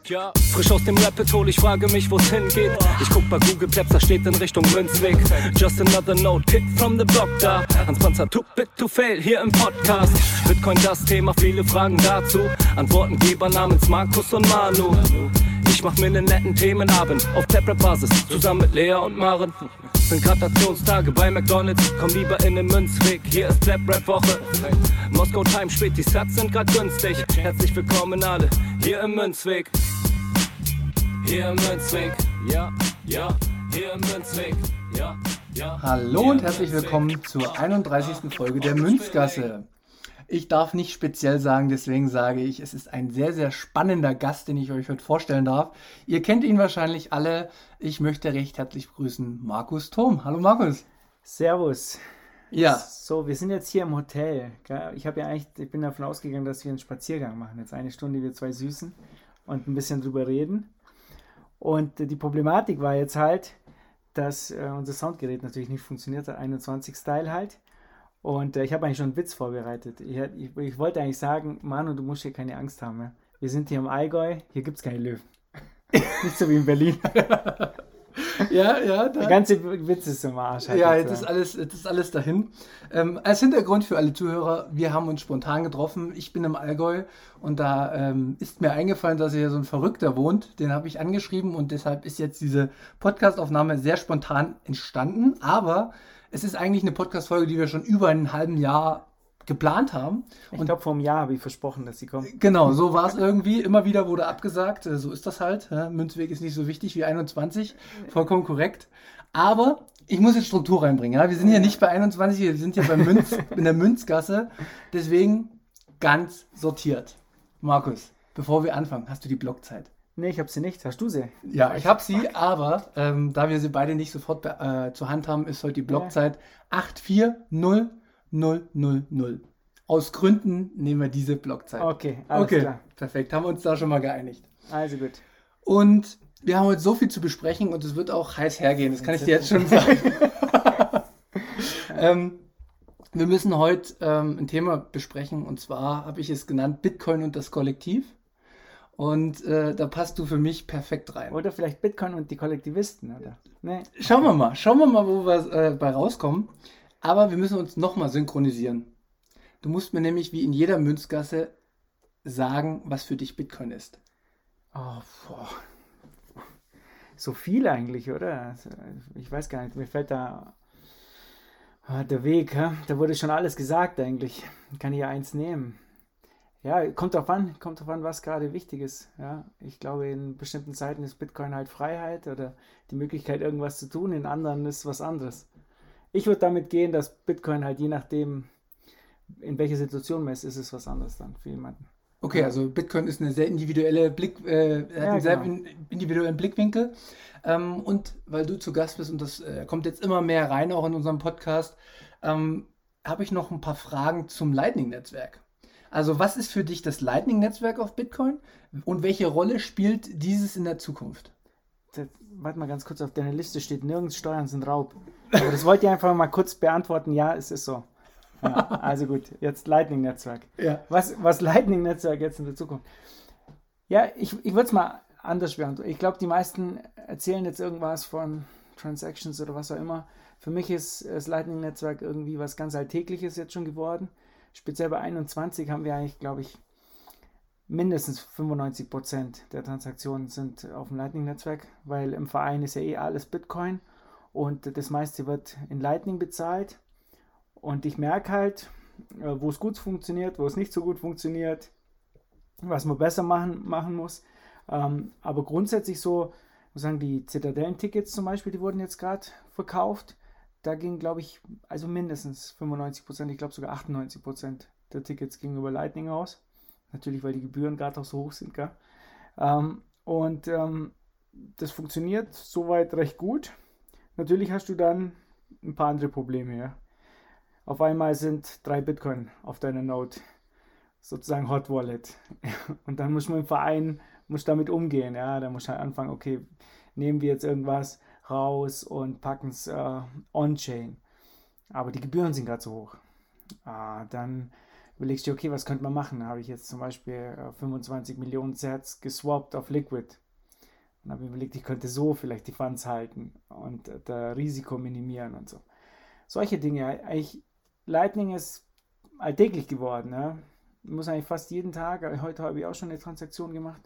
Ja, frisch aus dem Rapid-Hole, ich frage mich, wo's hingeht. Ich guck bei Google Maps, da steht in Richtung Münzweg. Just another note, Kid from the block da. An Sponsor Too Big to Fail hier im Podcast. Bitcoin das Thema, viele Fragen dazu. Antwortengeber namens Markus und Manu. Ich mach mir nen netten Themenabend auf Tab-Rap-Basis, zusammen mit Lea und Maren. Sind Gratationstage bei McDonalds, komm lieber in den Münzweg, hier ist Tab-Rap-Woche. Moskau Time spät, die Sats sind grad günstig. Herzlich willkommen alle, hier im Münzweg. Hier im Münzweg, ja, hier im Münzweg, ja. Hallo und herzlich willkommen zur 31. Folge der Münzgasse. Ich darf nicht speziell sagen, deswegen sage ich, es ist ein sehr, sehr spannender Gast, den ich euch heute vorstellen darf. Ihr kennt ihn wahrscheinlich alle. Ich möchte recht herzlich begrüßen Markus Thom. Hallo Markus. Servus. Ja. So, wir sind jetzt hier im Hotel. Ich bin davon ausgegangen, dass wir einen Spaziergang machen. Jetzt eine Stunde, wir zwei Süßen und ein bisschen drüber reden. Und die Problematik war jetzt halt, dass unser Soundgerät natürlich nicht funktioniert hat, 21-Style halt. Und ich habe eigentlich schon einen Witz vorbereitet. Ich wollte eigentlich sagen, Manu, du musst hier keine Angst haben. Ja? Wir sind hier im Allgäu, hier gibt es keine Löwen. Nicht so wie in Berlin. Ja. Der ganze Witz ist im Arsch. Halt ja, jetzt ist alles dahin. Als Hintergrund für alle Zuhörer, wir haben uns spontan getroffen. Ich bin im Allgäu und da ist mir eingefallen, dass hier so ein Verrückter wohnt. Den habe ich angeschrieben und deshalb ist jetzt diese Podcast-Aufnahme sehr spontan entstanden. Aber es ist eigentlich eine Podcast-Folge, die wir schon über ein halben Jahr geplant haben. Ich glaube, vor einem Jahr habe ich versprochen, dass sie kommt. Genau, so war es irgendwie. Immer wieder wurde abgesagt. So ist das halt. Münzweg ist nicht so wichtig wie 21. Vollkommen korrekt. Aber ich muss jetzt Struktur reinbringen. Ja? Wir sind hier nicht bei 21, wir sind hier in der Münzgasse. Deswegen ganz sortiert. Markus, bevor wir anfangen, hast du die Blockzeit? Nee, ich habe sie nicht. Hast du sie? Ja, ich habe sie, aber da wir sie beide nicht sofort zur Hand haben, ist heute die Blockzeit 840000. Aus Gründen nehmen wir diese Blockzeit. Okay, alles klar. Perfekt, haben wir uns da schon mal geeinigt. Also gut. Und wir haben heute so viel zu besprechen und es wird auch heiß hergehen, das kann ich dir jetzt schon sagen. Wir müssen heute ein Thema besprechen und zwar habe ich es genannt Bitcoin und das Kollektiv. Und da passt du für mich perfekt rein. Oder vielleicht Bitcoin und die Kollektivisten, oder? Nee. Schauen wir mal, wo wir bei rauskommen. Aber wir müssen uns nochmal synchronisieren. Du musst mir nämlich wie in jeder Münzgasse sagen, was für dich Bitcoin ist. Oh, boah. So viel eigentlich, oder? Also, ich weiß gar nicht, mir fällt da der Weg. Da wurde schon alles gesagt eigentlich. Kann ich ja eins nehmen. Ja, kommt drauf an, was gerade wichtig ist. Ja, ich glaube, in bestimmten Zeiten ist Bitcoin halt Freiheit oder die Möglichkeit, irgendwas zu tun. In anderen ist was anderes. Ich würde damit gehen, dass Bitcoin halt je nachdem, in welcher Situation man ist es was anderes dann für jemanden. Okay, also Bitcoin ist eine sehr individuelle individuellen Blickwinkel. Und weil du zu Gast bist und das kommt jetzt immer mehr rein, auch in unserem Podcast, habe ich noch ein paar Fragen zum Lightning-Netzwerk. Also was ist für dich das Lightning-Netzwerk auf Bitcoin und welche Rolle spielt dieses in der Zukunft? Warte mal ganz kurz, auf deiner Liste steht nirgends Steuern sind Raub. Aber das wollte ich einfach mal kurz beantworten. Ja, es ist so. Ja, also gut, jetzt Lightning-Netzwerk. Ja. Was Lightning-Netzwerk jetzt in der Zukunft? Ja, ich würde es mal anders beantworten. Ich glaube, die meisten erzählen jetzt irgendwas von Transactions oder was auch immer. Für mich ist das Lightning-Netzwerk irgendwie was ganz Alltägliches jetzt schon geworden. Speziell bei 21 haben wir eigentlich, glaube ich, mindestens 95% der Transaktionen sind auf dem Lightning-Netzwerk, weil im Verein ist ja eh alles Bitcoin und das meiste wird in Lightning bezahlt. Und ich merke halt, wo es gut funktioniert, wo es nicht so gut funktioniert, was man besser machen muss. Aber grundsätzlich so, ich muss sagen, die Zitadellen-Tickets zum Beispiel, die wurden jetzt gerade verkauft. Da ging, glaube ich, also mindestens 95%, ich glaube sogar 98% der Tickets gingen über Lightning aus. Natürlich, weil die Gebühren gerade auch so hoch sind. Gell? Das funktioniert soweit recht gut. Natürlich hast du dann ein paar andere Probleme. Ja? Auf einmal sind 3 Bitcoin auf deiner Node, sozusagen Hot Wallet. Und dann muss man im Verein damit umgehen. Ja? Da muss halt anfangen, okay, nehmen wir jetzt irgendwas raus und packen es on-chain. Aber die Gebühren sind gerade so hoch. Dann überlegst du, okay, was könnte man machen? Da habe ich jetzt zum Beispiel 25 Millionen Sets geswappt auf Liquid. Und habe mir überlegt, ich könnte so vielleicht die Funds halten und das Risiko minimieren und so. Solche Dinge. Eigentlich, Lightning ist alltäglich geworden. Ja? Ich muss eigentlich fast jeden Tag, heute habe ich auch schon eine Transaktion gemacht,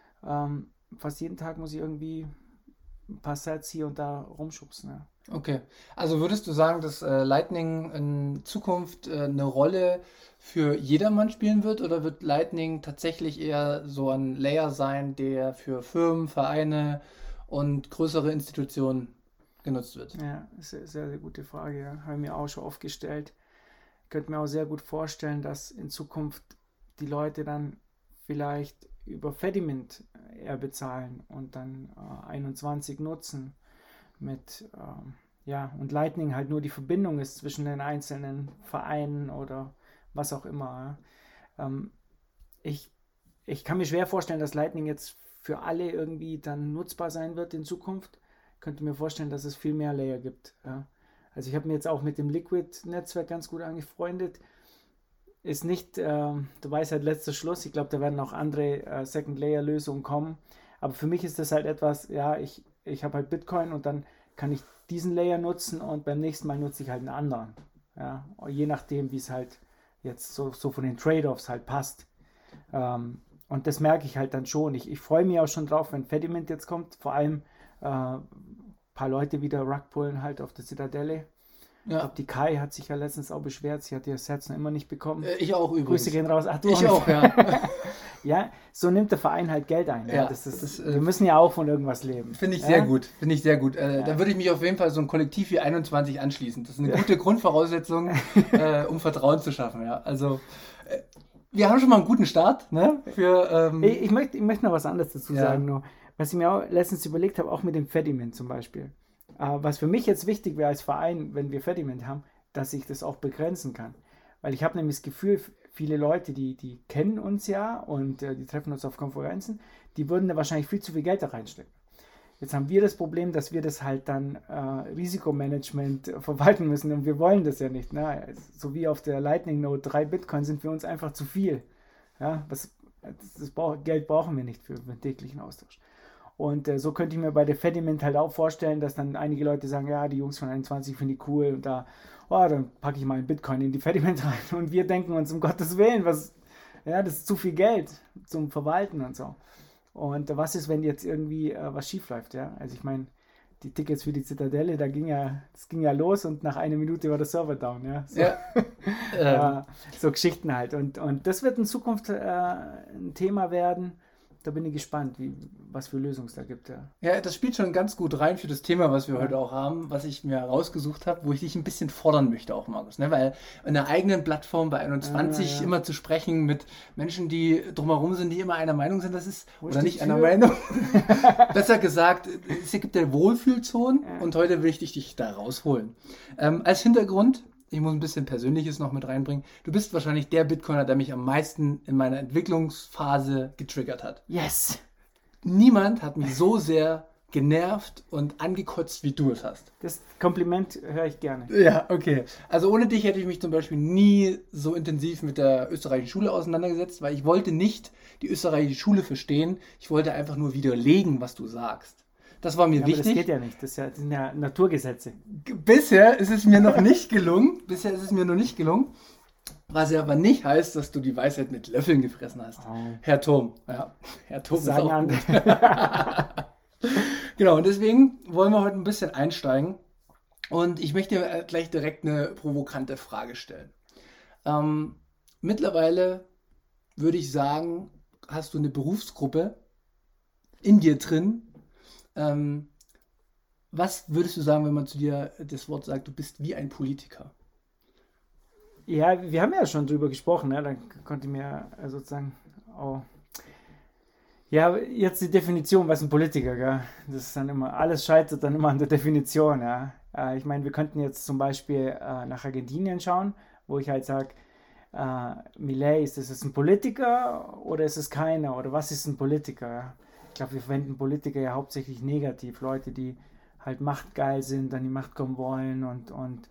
fast jeden Tag muss ich irgendwie ein paar Sets hier und da rumschubsen. Ja. Okay, also würdest du sagen, dass Lightning in Zukunft eine Rolle für jedermann spielen wird oder wird Lightning tatsächlich eher so ein Layer sein, der für Firmen, Vereine und größere Institutionen genutzt wird? Ja, das ist eine sehr, sehr gute Frage. Ja. Habe ich mir auch schon oft gestellt. Ich könnte mir auch sehr gut vorstellen, dass in Zukunft die Leute dann vielleicht über Fedimint eher bezahlen und dann 21 nutzen mit und Lightning halt nur die Verbindung ist zwischen den einzelnen Vereinen oder was auch immer. Ja. Ich kann mir schwer vorstellen, dass Lightning jetzt für alle irgendwie dann nutzbar sein wird in Zukunft. Ich könnte mir vorstellen, dass es viel mehr Layer gibt. Ja. Also ich habe mir jetzt auch mit dem Liquid-Netzwerk ganz gut angefreundet. Ist nicht der Weisheit letzter Schluss. Ich glaube, da werden auch andere Second-Layer-Lösungen kommen. Aber für mich ist das halt etwas, ja, ich habe halt Bitcoin und dann kann ich diesen Layer nutzen und beim nächsten Mal nutze ich halt einen anderen. Ja, je nachdem, wie es halt jetzt so von den Trade-offs halt passt. Und das merke ich halt dann schon. Ich freue mich auch schon drauf, wenn Fedimint jetzt kommt. Vor allem ein paar Leute wieder Rugpullen halt auf der Zitadelle. Ja. Ich glaube, die Kai hat sich ja letztens auch beschwert, sie hat ihr Sets noch immer nicht bekommen. Ich auch übrigens. Grüße gehen raus. Ach, du ich auch, ja. Ja, so nimmt der Verein halt Geld ein. Ja, wir müssen ja auch von irgendwas leben. Finde ich sehr gut. Da würde ich mich auf jeden Fall so ein Kollektiv wie 21 anschließen. Das ist eine gute Grundvoraussetzung, um Vertrauen zu schaffen. Ja. Also, wir haben schon mal einen guten Start. Ne? Ich möchte noch was anderes dazu sagen. Nur, was ich mir auch letztens überlegt habe, auch mit dem Fedimint zum Beispiel. Was für mich jetzt wichtig wäre als Verein, wenn wir Fedimint haben, dass ich das auch begrenzen kann. Weil ich habe nämlich das Gefühl, viele Leute, die kennen uns ja und die treffen uns auf Konferenzen, die würden da wahrscheinlich viel zu viel Geld da reinstecken. Jetzt haben wir das Problem, dass wir das halt dann Risikomanagement verwalten müssen und wir wollen das ja nicht. Ne? So wie auf der Lightning Node 3 Bitcoin sind wir uns einfach zu viel. Ja? Geld brauchen wir nicht für den täglichen Austausch. Und so könnte ich mir bei der Fedimint halt auch vorstellen, dass dann einige Leute sagen, ja, die Jungs von 21 finde ich cool und dann packe ich mal einen Bitcoin in die Fedimint rein und wir denken uns, um Gottes Willen, das ist zu viel Geld zum Verwalten und so. Und was ist, wenn jetzt irgendwie was schief läuft, ja? Also ich meine, die Tickets für die Zitadelle, das ging ja los und nach einer Minute war der Server down, ja. So, so Geschichten halt. Und das wird in Zukunft ein Thema werden. Da bin ich gespannt, was für Lösungen es da gibt. Ja, das spielt schon ganz gut rein für das Thema, was wir heute auch haben, was ich mir rausgesucht habe, wo ich dich ein bisschen fordern möchte auch, Markus. Ne? Weil in der eigenen Plattform bei 21 immer zu sprechen mit Menschen, die drumherum sind, die immer einer Meinung sind, das ist, oder nicht einer Meinung, besser gesagt, es gibt ja Wohlfühlzonen und heute will ich dich da rausholen. Als Hintergrund, ich muss ein bisschen Persönliches noch mit reinbringen. Du bist wahrscheinlich der Bitcoiner, der mich am meisten in meiner Entwicklungsphase getriggert hat. Yes! Niemand hat mich so sehr genervt und angekotzt, wie du es hast. Das Kompliment höre ich gerne. Ja, okay. Also ohne dich hätte ich mich zum Beispiel nie so intensiv mit der österreichischen Schule auseinandergesetzt, weil ich wollte nicht die österreichische Schule verstehen. Ich wollte einfach nur widerlegen, was du sagst. Das war mir wichtig. Aber das geht ja nicht. Das sind ja Naturgesetze. Bisher ist es mir noch nicht gelungen. Was ja aber nicht heißt, dass du die Weisheit mit Löffeln gefressen hast. Oh. Herr Thom. Ja, Herr Thom ist auch gut. Genau, und deswegen wollen wir heute ein bisschen einsteigen. Und ich möchte dir gleich direkt eine provokante Frage stellen. Mittlerweile würde ich sagen, hast du eine Berufsgruppe in dir drin. Was würdest du sagen, wenn man zu dir das Wort sagt, du bist wie ein Politiker? Ja, wir haben ja schon drüber gesprochen, ne? Dann konnte ich mir sozusagen ja, jetzt die Definition, was ein Politiker, gell? Das ist dann immer, alles scheitert dann immer an der Definition, ja. Ich meine, wir könnten jetzt zum Beispiel nach Argentinien schauen, wo ich halt sage, Milei, ist es ein Politiker oder ist es keiner? Oder was ist ein Politiker? Ja? Ich glaube, wir verwenden Politiker ja hauptsächlich negativ. Leute, die halt machtgeil sind, an die Macht kommen wollen und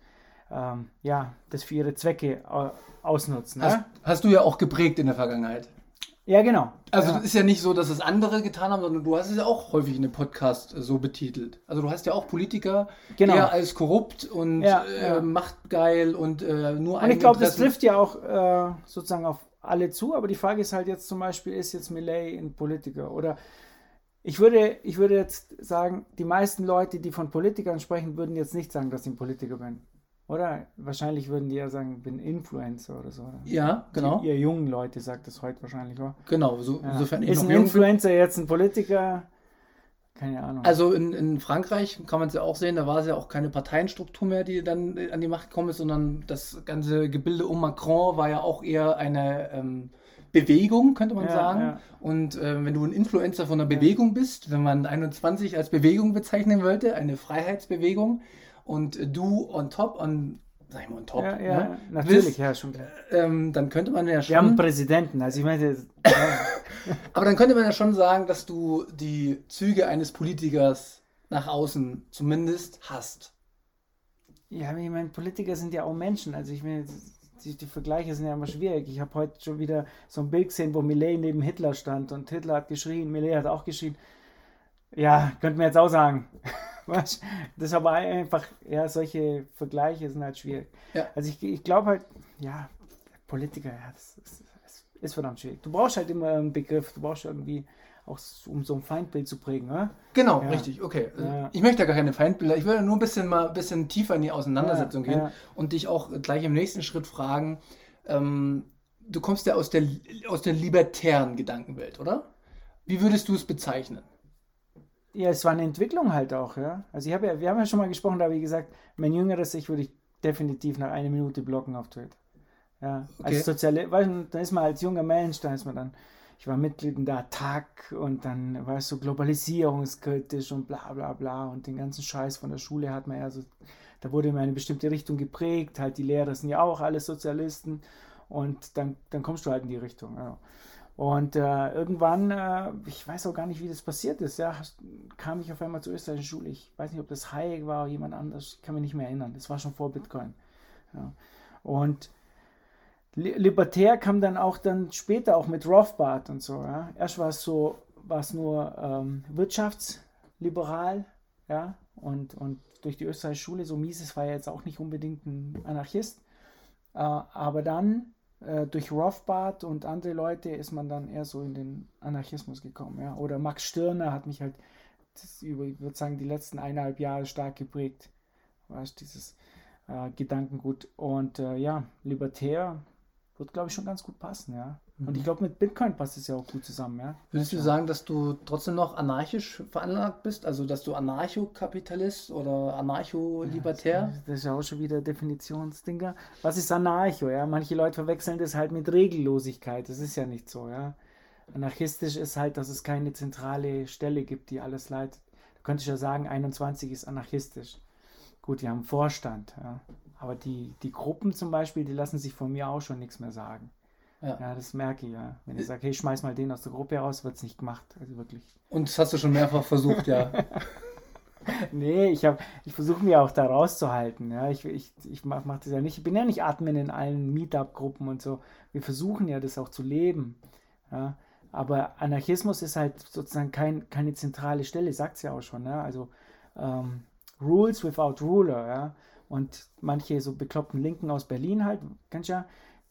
das für ihre Zwecke ausnutzen. Ne? Hast du ja auch geprägt in der Vergangenheit. Ja, genau. Also es ist ja nicht so, dass es andere getan haben, sondern du hast es ja auch häufig in dem Podcast so betitelt. Also du hast ja auch Politiker eher als korrupt und machtgeil und nur Und ich glaube, das trifft ja auch sozusagen auf alle zu, aber die Frage ist halt jetzt zum Beispiel, ist jetzt Milei ein Politiker? Oder ich würde jetzt sagen, die meisten Leute, die von Politikern sprechen, würden jetzt nicht sagen, dass ich ein Politiker bin. Oder? Wahrscheinlich würden die ja sagen, ich bin Influencer oder so. Oder? Ja, genau. Ihr jungen Leute sagt das heute wahrscheinlich, oder? Genau, insofern ist ein Influencer jetzt ein Politiker? Keine Ahnung. Also in Frankreich kann man es ja auch sehen, da war es ja auch keine Parteienstruktur mehr, die dann an die Macht gekommen ist, sondern das ganze Gebilde um Macron war ja auch eher eine Bewegung, könnte man sagen. Ja. Und wenn du ein Influencer von einer Bewegung bist, wenn man 21 als Bewegung bezeichnen wollte, eine Freiheitsbewegung, und du on top, sag ich mal on top, ne? Natürlich, bist, schon klar. Dann könnte man ja schon... Wir haben einen Präsidenten, also ich meine... Aber dann könnte man ja schon sagen, dass du die Züge eines Politikers nach außen zumindest hast. Ja, ich meine, Politiker sind ja auch Menschen, also ich meine... Die Vergleiche sind ja immer schwierig. Ich habe heute schon wieder so ein Bild gesehen, wo Milei neben Hitler stand und Hitler hat geschrien, Milei hat auch geschrien. Ja, könnte man jetzt auch sagen. Das ist aber einfach, solche Vergleiche sind halt schwierig. Ja. Also ich glaube halt, Politiker, das ist verdammt schwierig. Du brauchst halt immer einen Begriff, du brauchst irgendwie auch, um so ein Feindbild zu prägen, oder? Genau, richtig, okay. Ja. Ich möchte ja gar keine Feindbilder, ich will nur ein bisschen tiefer in die Auseinandersetzung gehen und dich auch gleich im nächsten Schritt fragen, du kommst ja aus der libertären Gedankenwelt, oder? Wie würdest du es bezeichnen? Ja, es war eine Entwicklung halt auch, ja. Also wir haben ja schon mal gesprochen, da habe ich gesagt, mein jüngeres Ich würde ich definitiv nach 1 Minute blocken auf Twitter. Ja, als dann ist man als junger Mensch, ich war Mitglied in der Attac und dann war es so globalisierungskritisch und bla bla bla und den ganzen Scheiß von der Schule hat man da wurde in eine bestimmte Richtung geprägt, halt die Lehrer sind ja auch alle Sozialisten und dann kommst du halt in die Richtung, ja. Und irgendwann, ich weiß auch gar nicht, wie das passiert ist, kam ich auf einmal zur österreichischen Schule. Ich weiß nicht, ob das Hayek war oder jemand anders, ich kann mich nicht mehr erinnern. Das war schon vor Bitcoin. Ja. Und libertär kam dann später auch mit Rothbard und so. Ja. Erst war es nur wirtschaftsliberal, ja, und durch die österreichische Schule, so Mises war ja jetzt auch nicht unbedingt ein Anarchist, aber dann durch Rothbard und andere Leute ist man dann eher so in den Anarchismus gekommen. Ja? Oder Max Stirner hat mich halt, ich würde sagen, die letzten 1,5 Jahre stark geprägt. Weißt, dieses Gedankengut. Und libertär wird, glaube ich, schon ganz gut passen. Ja? Und ich glaube, mit Bitcoin passt es ja auch gut zusammen. Ja? Würdest du sagen, dass du trotzdem noch anarchisch veranlagt bist? Also, dass du Anarchokapitalist oder Anarcho-Libertär? Das ist ja auch schon wieder Definitionsdinger. Was ist Anarcho? Ja? Manche Leute verwechseln das halt mit Regellosigkeit. Das ist ja nicht so. Ja? Anarchistisch ist halt, dass es keine zentrale Stelle gibt, die alles leitet. Da könnte ich ja sagen, 21 ist anarchistisch. Gut, die haben einen Vorstand. Ja? Aber die Gruppen zum Beispiel, die lassen sich von mir auch schon nichts mehr sagen. Ja, das merke ich, ja. Wenn ich sage, hey, schmeiß mal den aus der Gruppe raus, wird es nicht gemacht. Also wirklich. Und das hast du schon mehrfach versucht, ja. Nee, ich versuche mich auch da rauszuhalten. Ja. Ich mach das ja nicht. Ich bin ja nicht Admin in allen Meetup-Gruppen und so. Wir versuchen ja, das auch zu leben. Ja. Aber Anarchismus ist halt sozusagen keine zentrale Stelle, sagt es ja auch schon. Ja. Also Rules without Ruler. Ja. Und manche so bekloppten Linken aus Berlin halt, kennst du ja,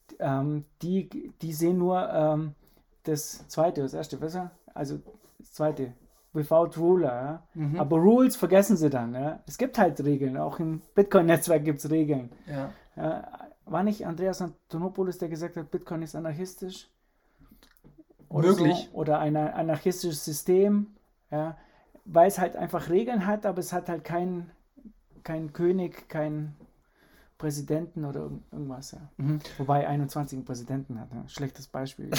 die sehen nur das zweite, das erste, besser? Also das zweite, without ruler, ja? Aber Rules vergessen sie dann. Ja? Es gibt halt Regeln, auch im Bitcoin-Netzwerk gibt es Regeln. Ja? War nicht Andreas Antonopoulos, der gesagt hat, Bitcoin ist anarchistisch? Oder möglich. So? Oder ein anarchistisches System, ja? Weil es halt einfach Regeln hat, aber es hat halt keinen König, keinen Präsidenten oder irgendwas, ja. Wobei 21 einen Präsidenten hat, ja. Schlechtes Beispiel.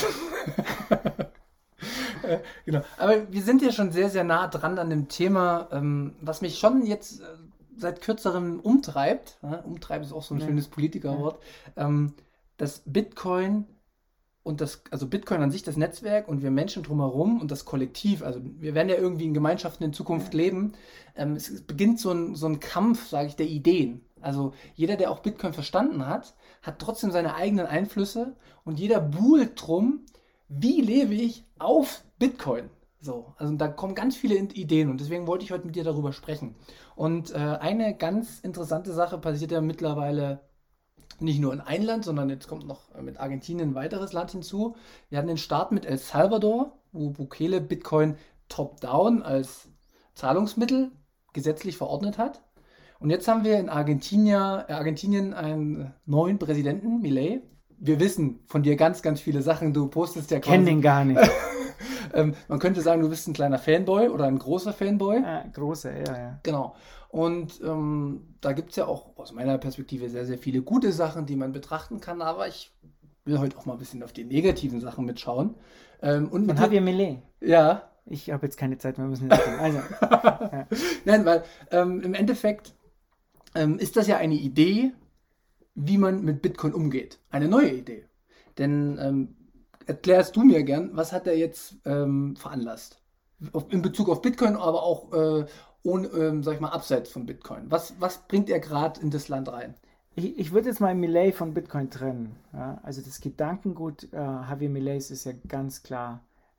Genau. Aber wir sind ja schon sehr, sehr nah dran an dem Thema, was mich schon jetzt seit kürzerem umtreibt. Umtreiben ist auch so ein schönes Politikerwort. Das Bitcoin also Bitcoin an sich, das Netzwerk und wir Menschen drumherum und das Kollektiv, also wir werden ja irgendwie in Gemeinschaften in Zukunft leben. Es beginnt so ein Kampf, sage ich, der Ideen. Also jeder, der auch Bitcoin verstanden hat, hat trotzdem seine eigenen Einflüsse und jeder buhlt drum, wie lebe ich auf Bitcoin. So, also da kommen ganz viele Ideen und deswegen wollte ich heute mit dir darüber sprechen. Und eine ganz interessante Sache passiert ja mittlerweile nicht nur in einem Land, sondern jetzt kommt noch mit Argentinien ein weiteres Land hinzu. Wir hatten den Start mit El Salvador, wo Bukele Bitcoin top-down als Zahlungsmittel gesetzlich verordnet hat. Und jetzt haben wir in Argentinien einen neuen Präsidenten, Milei. Wir wissen von dir ganz, ganz viele Sachen. Du postest ja quasi... Kenn den gar nicht. Man könnte sagen, du bist ein kleiner Fanboy oder ein großer Fanboy. Großer, ja. Genau. Und da gibt es ja auch aus meiner Perspektive sehr, sehr viele gute Sachen, die man betrachten kann. Aber ich will heute auch mal ein bisschen auf die negativen Sachen mitschauen. Und mit Javier Milei. Ja. Ich habe jetzt keine Zeit mehr, wir müssen jetzt gehen. Also, ja. Nein, weil im Endeffekt ist das ja eine Idee, wie man mit Bitcoin umgeht. Eine neue Idee. Denn erklärst du mir gern, was hat er jetzt veranlasst? In Bezug auf Bitcoin, aber auch sag ich mal, abseits von Bitcoin. Was bringt er gerade in das Land rein? Ich würde jetzt mal Milei von Bitcoin trennen. Ja? Also das Gedankengut Javier Milei ist ja ganz klar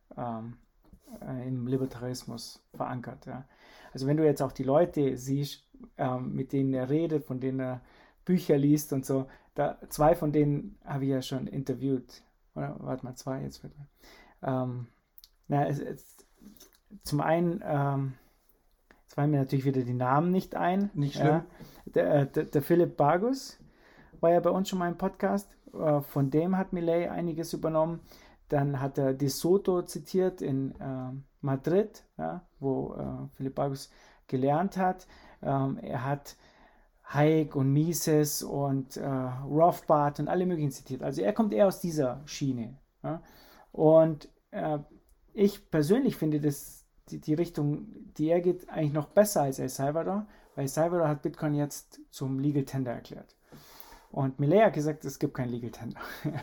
im Libertarismus verankert. Ja? Also wenn du jetzt auch die Leute siehst, mit denen er redet, von denen er Bücher liest und so, zwei von denen habe ich ja schon interviewt. Oder warte mal, zwei jetzt wird. Zum einen, jetzt fallen mir natürlich wieder die Namen nicht ein. Nicht schlimm. Ja. Der Philipp Bagus war ja bei uns schon mal im Podcast. Von dem hat Milei einiges übernommen. Dann hat er De Soto zitiert in Madrid, ja, wo Philipp Bagus gelernt hat. Er hat Hayek und Mises und Rothbard und alle möglichen zitiert. Also er kommt eher aus dieser Schiene. Ja? Und ich persönlich finde, dass die Richtung, die er geht, eigentlich noch besser als El Salvador, weil El Salvador hat Bitcoin jetzt zum Legal Tender erklärt. Und Milei hat gesagt, es gibt kein Legal Tender.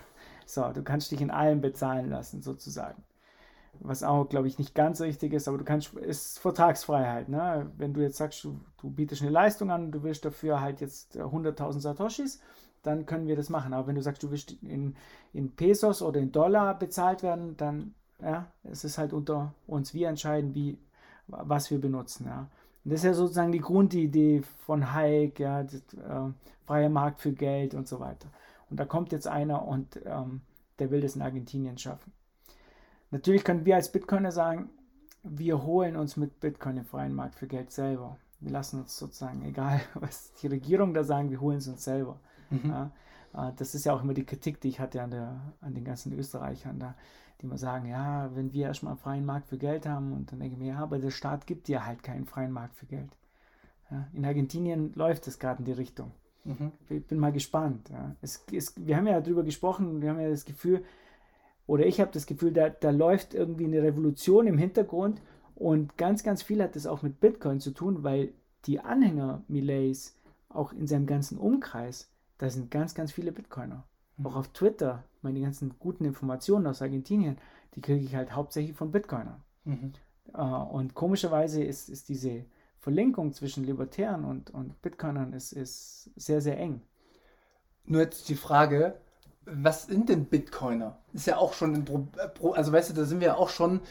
So, du kannst dich in allem bezahlen lassen, sozusagen. Was auch, glaube ich, nicht ganz richtig ist, aber ist Vertragsfreiheit. Ne? Wenn du jetzt sagst, du bietest eine Leistung an und du willst dafür halt jetzt 100.000 Satoshis, dann können wir das machen. Aber wenn du sagst, du willst in Pesos oder in Dollar bezahlt werden, dann, ja, es ist halt unter uns. Wir entscheiden, was wir benutzen. Ja? Und das ist ja sozusagen die Grundidee von Hayek, ja, freier Markt für Geld und so weiter. Und da kommt jetzt einer und der will das in Argentinien schaffen. Natürlich können wir als Bitcoiner sagen, wir holen uns mit Bitcoin den freien Markt für Geld selber. Wir lassen uns sozusagen, egal was die Regierung da sagen, wir holen es uns selber. Mhm. Ja, das ist ja auch immer die Kritik, die ich hatte an den ganzen Österreichern da, die immer sagen, ja, wenn wir erstmal einen freien Markt für Geld haben, und dann denke ich mir, ja, aber der Staat gibt dir halt keinen freien Markt für Geld. Ja, in Argentinien läuft es gerade in die Richtung. Mhm. Ich bin mal gespannt. Ja. Wir haben ja darüber gesprochen, wir haben ja das Gefühl, oder ich habe das Gefühl, da läuft irgendwie eine Revolution im Hintergrund und ganz, ganz viel hat das auch mit Bitcoin zu tun, weil die Anhänger Mileis auch in seinem ganzen Umkreis, da sind ganz, ganz viele Bitcoiner. Mhm. Auch auf Twitter, meine ganzen guten Informationen aus Argentinien, die kriege ich halt hauptsächlich von Bitcoinern. Mhm. Und komischerweise ist diese Verlinkung zwischen Libertären und Bitcoinern ist sehr, sehr eng. Nur jetzt die Frage, was sind denn Bitcoiner? Ist ja auch schon also weißt du, da sind wir auch schon,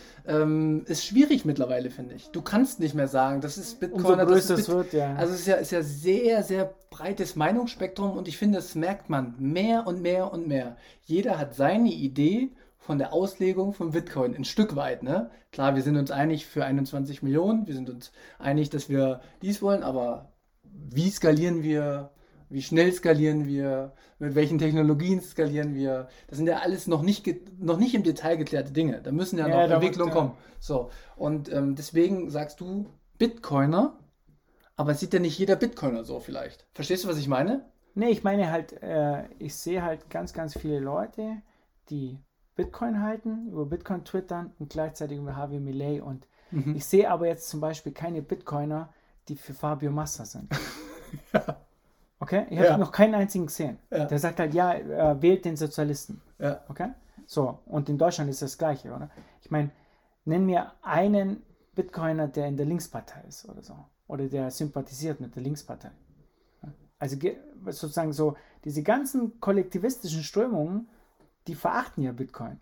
ist schwierig mittlerweile, finde ich. Du kannst nicht mehr sagen, das ist Bitcoiner. Umso größer es wird, ja. Also es ist ja sehr, sehr breites Meinungsspektrum und ich finde, das merkt man mehr und mehr und mehr. Jeder hat seine Idee von der Auslegung von Bitcoin, ein Stück weit, ne? Klar, wir sind uns einig für 21 Millionen, wir sind uns einig, dass wir dies wollen, aber wie skalieren wir? Wie schnell skalieren wir? Mit welchen Technologien skalieren wir? Das sind ja alles noch nicht im Detail geklärte Dinge. Da müssen ja noch Entwicklungen kommen. So. Und deswegen sagst du Bitcoiner, aber es sieht ja nicht jeder Bitcoiner so vielleicht. Verstehst du, was ich meine? Nee, ich meine halt, ich sehe halt ganz, ganz viele Leute, die Bitcoin halten, über Bitcoin twittern und gleichzeitig über Javier Milei. Und ich sehe aber jetzt zum Beispiel keine Bitcoiner, die für Fabio Massa sind. Ja. Okay? Ich habe noch keinen einzigen gesehen. Ja. Der sagt halt, ja, wählt den Sozialisten. Ja. Okay? So, und in Deutschland ist das Gleiche, oder? Ich meine, nenn mir einen Bitcoiner, der in der Linkspartei ist oder so. Oder der sympathisiert mit der Linkspartei. Also sozusagen so, diese ganzen kollektivistischen Strömungen, die verachten ja Bitcoin.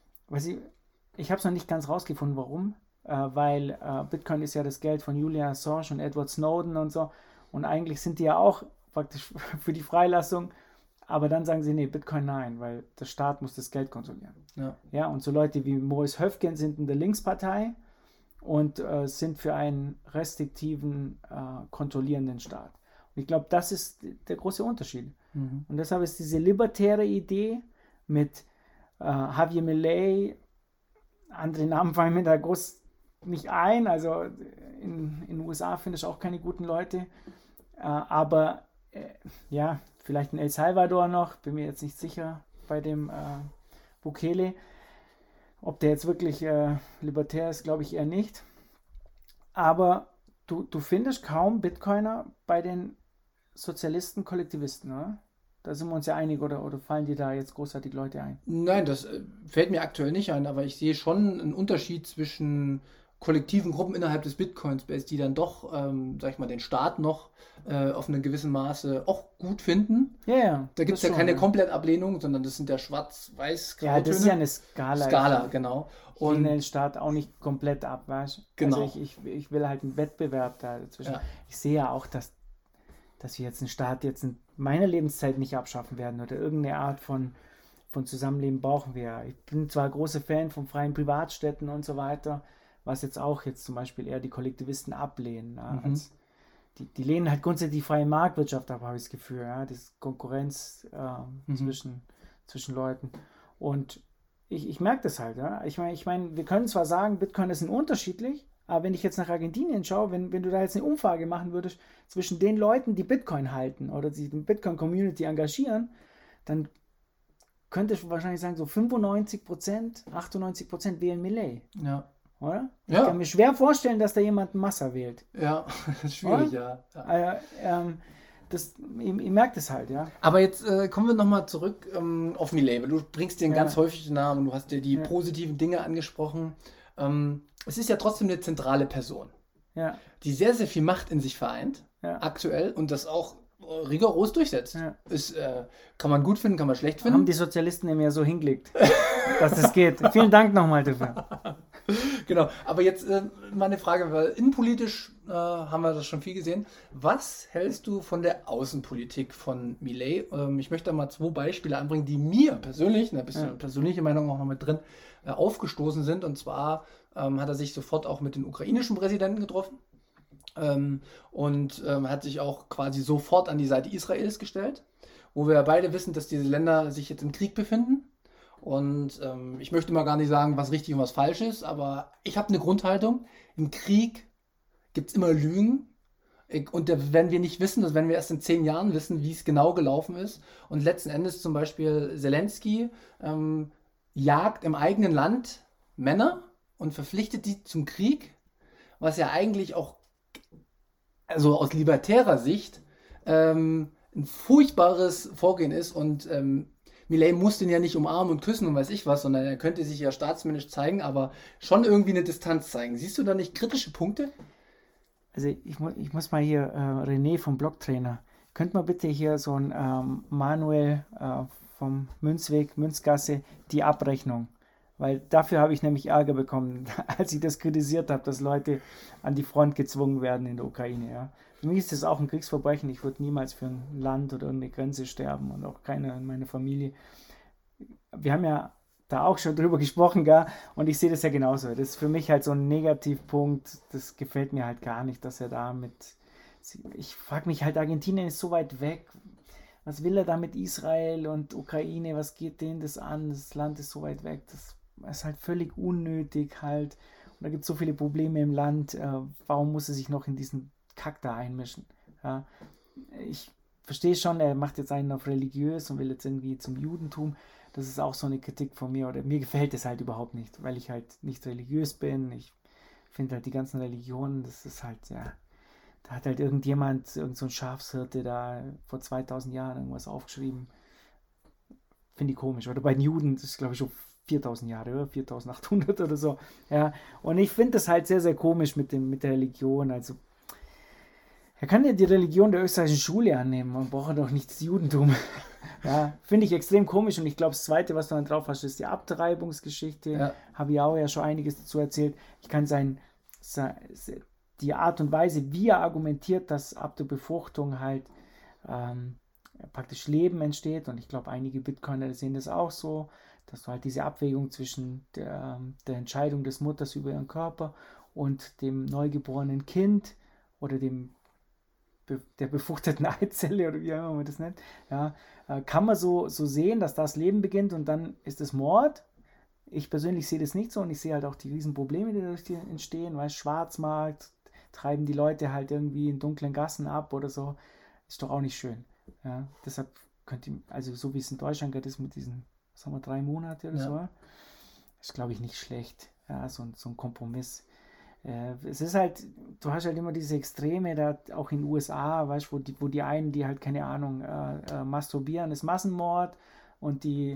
Ich habe es noch nicht ganz rausgefunden, warum. Weil Bitcoin ist ja das Geld von Julian Assange und Edward Snowden und so. Und eigentlich sind die ja auch praktisch für die Freilassung. Aber dann sagen sie, nee, Bitcoin nein, weil der Staat muss das Geld kontrollieren. Ja, und so Leute wie Maurice Höfgen sind in der Linkspartei und sind für einen restriktiven, kontrollierenden Staat. Und ich glaube, das ist der große Unterschied. Und deshalb ist diese libertäre Idee mit Javier Milei, andere Namen fallen mir da groß nicht ein, also in den USA finde ich auch keine guten Leute, aber ja, vielleicht in El Salvador noch, bin mir jetzt nicht sicher bei dem Bukele, ob der jetzt wirklich libertär ist, glaube ich eher nicht, aber du findest kaum Bitcoiner bei den Sozialisten, Kollektivisten, oder? Da sind wir uns ja einig, oder fallen dir da jetzt großartig Leute ein? Nein, das fällt mir aktuell nicht ein, aber ich sehe schon einen Unterschied zwischen kollektiven Gruppen innerhalb des Bitcoin-Space, die dann doch, sag ich mal, den Staat noch auf einem gewissen Maße auch gut finden. Ja. Da gibt es ja keine Komplettablehnung, sondern das sind ja schwarz-weiß-Grautöne. Ja, das ist ja eine Skala. Skala, genau. Und ich den Staat auch nicht komplett ab, weißt du? Genau. Also ich will halt einen Wettbewerb da dazwischen. Ja. Ich sehe ja auch, dass wir jetzt einen Staat jetzt in meiner Lebenszeit nicht abschaffen werden oder irgendeine Art von Zusammenleben brauchen wir. Ich bin zwar großer Fan von freien Privatstädten und so weiter, was jetzt zum Beispiel eher die Kollektivisten ablehnen. Die lehnen halt grundsätzlich die freie Marktwirtschaft ab, habe ich das Gefühl. Ja? Das Konkurrenz zwischen Leuten. Und ich merke das halt. Ja? Ich meine, wir können zwar sagen, Bitcoin ist unterschiedlich, aber wenn ich jetzt nach Argentinien schaue, wenn du da jetzt eine Umfrage machen würdest zwischen den Leuten, die Bitcoin halten oder die Bitcoin-Community engagieren, dann könnte ich wahrscheinlich sagen, so 95%, 98% wählen Milei. Ja. Oder? Ja. Ich kann mir schwer vorstellen, dass da jemand Massa wählt. Ja, das ist schwierig, oder? Ja. Ich merke das halt, ja. Aber jetzt kommen wir nochmal zurück auf Milei. Du bringst dir ganz häufig den Namen, du hast dir die positiven Dinge angesprochen. Es ist ja trotzdem eine zentrale Person, die sehr, sehr viel Macht in sich vereint, aktuell, und das auch rigoros durchsetzt. Ja. Kann man gut finden, kann man schlecht finden. Haben die Sozialisten eben ja so hingelegt, dass das geht. Vielen Dank nochmal dafür. Genau, aber jetzt mal eine Frage, weil innenpolitisch haben wir das schon viel gesehen. Was hältst du von der Außenpolitik von Milei? Ich möchte da mal 2 Beispiele anbringen, die mir persönlich, ein bisschen persönliche Meinung auch noch mit drin, aufgestoßen sind. Und zwar hat er sich sofort auch mit dem ukrainischen Präsidenten getroffen und hat sich auch quasi sofort an die Seite Israels gestellt, wo wir beide wissen, dass diese Länder sich jetzt im Krieg befinden. Und ich möchte mal gar nicht sagen, was richtig und was falsch ist, aber ich habe eine Grundhaltung. Im Krieg gibt es immer Lügen. Und wenn wir nicht wissen, dass wenn wir erst in 10 Jahren wissen, wie es genau gelaufen ist. Und letzten Endes zum Beispiel Zelensky jagt im eigenen Land Männer und verpflichtet die zum Krieg, was ja eigentlich auch, also aus libertärer Sicht, ein furchtbares Vorgehen ist. Und Milei muss den ja nicht umarmen und küssen und weiß ich was, sondern er könnte sich ja staatsmännisch zeigen, aber schon irgendwie eine Distanz zeigen. Siehst du da nicht kritische Punkte? Also ich muss mal hier, René vom Blocktrainer, könnt mal bitte hier so ein Manuel vom Münzweg, Münzgasse, die Abrechnung. Weil dafür habe ich nämlich Ärger bekommen, als ich das kritisiert habe, dass Leute an die Front gezwungen werden in der Ukraine. Ja. Für mich ist das auch ein Kriegsverbrechen. Ich würde niemals für ein Land oder irgendeine Grenze sterben und auch keiner in meiner Familie. Wir haben ja da auch schon drüber gesprochen, gell? Und ich sehe das ja genauso. Das ist für mich halt so ein Negativpunkt. Das gefällt mir halt gar nicht, dass er da mit... Ich frage mich halt, Argentinien ist so weit weg. Was will er da mit Israel und Ukraine? Was geht denen das an? Das Land ist so weit weg. Das ist halt völlig unnötig halt. Und da gibt es so viele Probleme im Land. Warum muss er sich noch in diesen Kack da einmischen? Ja? Ich verstehe schon, er macht jetzt einen auf religiös und will jetzt irgendwie zum Judentum. Das ist auch so eine Kritik von mir. Oder mir gefällt es halt überhaupt nicht, weil ich halt nicht religiös bin. Ich finde halt die ganzen Religionen, das ist halt, ja... Da hat halt irgendjemand, irgend so ein Schafshirte da vor 2000 Jahren irgendwas aufgeschrieben. Finde ich komisch. Oder bei den Juden, das ist glaube ich schon 4000 Jahre, oder? 4800 oder so. Ja. Und ich finde das halt sehr, sehr komisch mit der Religion. Also, Er kann ja die Religion der österreichischen Schule annehmen, man braucht doch nicht das Judentum. Ja, finde ich extrem komisch und ich glaube, das Zweite, was du dann drauf hast, ist die Abtreibungsgeschichte. Ja. Habe ich auch ja schon einiges dazu erzählt. Ich kann die Art und Weise, wie er argumentiert, dass ab der Befruchtung halt praktisch Leben entsteht und ich glaube, einige Bitcoiner sehen das auch so, dass du halt diese Abwägung zwischen der Entscheidung des Mutters über ihren Körper und dem neugeborenen Kind oder der befruchteten Eizelle oder wie auch immer man das nennt, ja, kann man so sehen, dass das Leben beginnt und dann ist es Mord. Ich persönlich sehe das nicht so und ich sehe halt auch die riesen Probleme, die dadurch entstehen, weil Schwarzmarkt, treiben die Leute halt irgendwie in dunklen Gassen ab oder so, ist doch auch nicht schön. Ja, deshalb also so wie es in Deutschland geht, ist mit diesen, was haben wir, 3 Monate oder so, ist glaube ich nicht schlecht, ja, so ein Kompromiss. Es ist halt, du hast halt immer diese Extreme, da auch in den USA, weißt du, wo die einen, die halt, keine Ahnung, masturbieren, ist Massenmord und die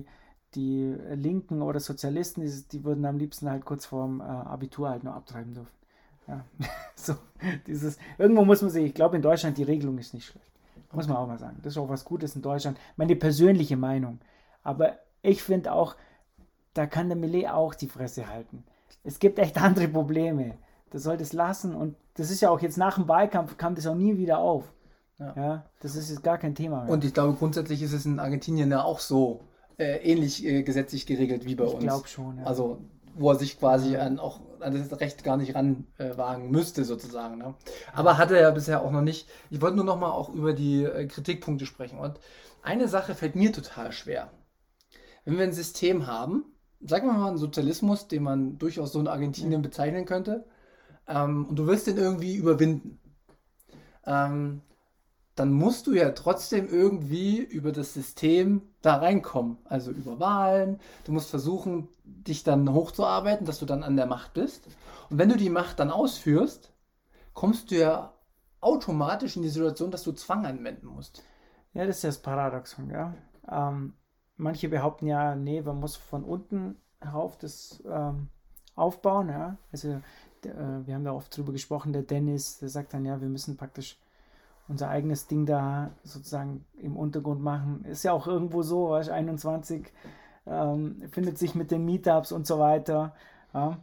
Linken oder Sozialisten, die würden am liebsten halt kurz vorm Abitur halt noch abtreiben dürfen. Ja, so, irgendwo muss man sich, ich glaube in Deutschland, die Regelung ist nicht schlecht. Muss man auch mal sagen. Das ist auch was Gutes in Deutschland. Meine persönliche Meinung. Aber ich finde auch, da kann der Millet auch die Fresse halten. Es gibt echt andere Probleme. Das sollte es lassen und das ist ja auch jetzt nach dem Wahlkampf, kam das auch nie wieder auf. Ja, das ist jetzt gar kein Thema mehr. Und ich glaube, grundsätzlich ist es in Argentinien ja auch so ähnlich gesetzlich geregelt wie bei uns. Ich glaube schon, ja. Also, wo er sich quasi an das Recht gar nicht ranwagen müsste, sozusagen. Ne? Aber hat er ja bisher auch noch nicht. Ich wollte nur noch mal auch über die Kritikpunkte sprechen. Und eine Sache fällt mir total schwer. Wenn wir ein System haben, sagen wir mal einen Sozialismus, den man durchaus so in Argentinien bezeichnen könnte, und du willst den irgendwie überwinden, dann musst du ja trotzdem irgendwie über das System da reinkommen. Also über Wahlen. Du musst versuchen, dich dann hochzuarbeiten, dass du dann an der Macht bist. Und wenn du die Macht dann ausführst, kommst du ja automatisch in die Situation, dass du Zwang anwenden musst. Ja, das ist das Paradoxon, ja. Manche behaupten ja, nee, man muss von unten herauf das aufbauen, ja. Also wir haben da oft drüber gesprochen, der Dennis, der sagt dann, ja, wir müssen praktisch unser eigenes Ding da sozusagen im Untergrund machen. Ist ja auch irgendwo so, weißt, 21 findet sich mit den Meetups und so weiter. Ja?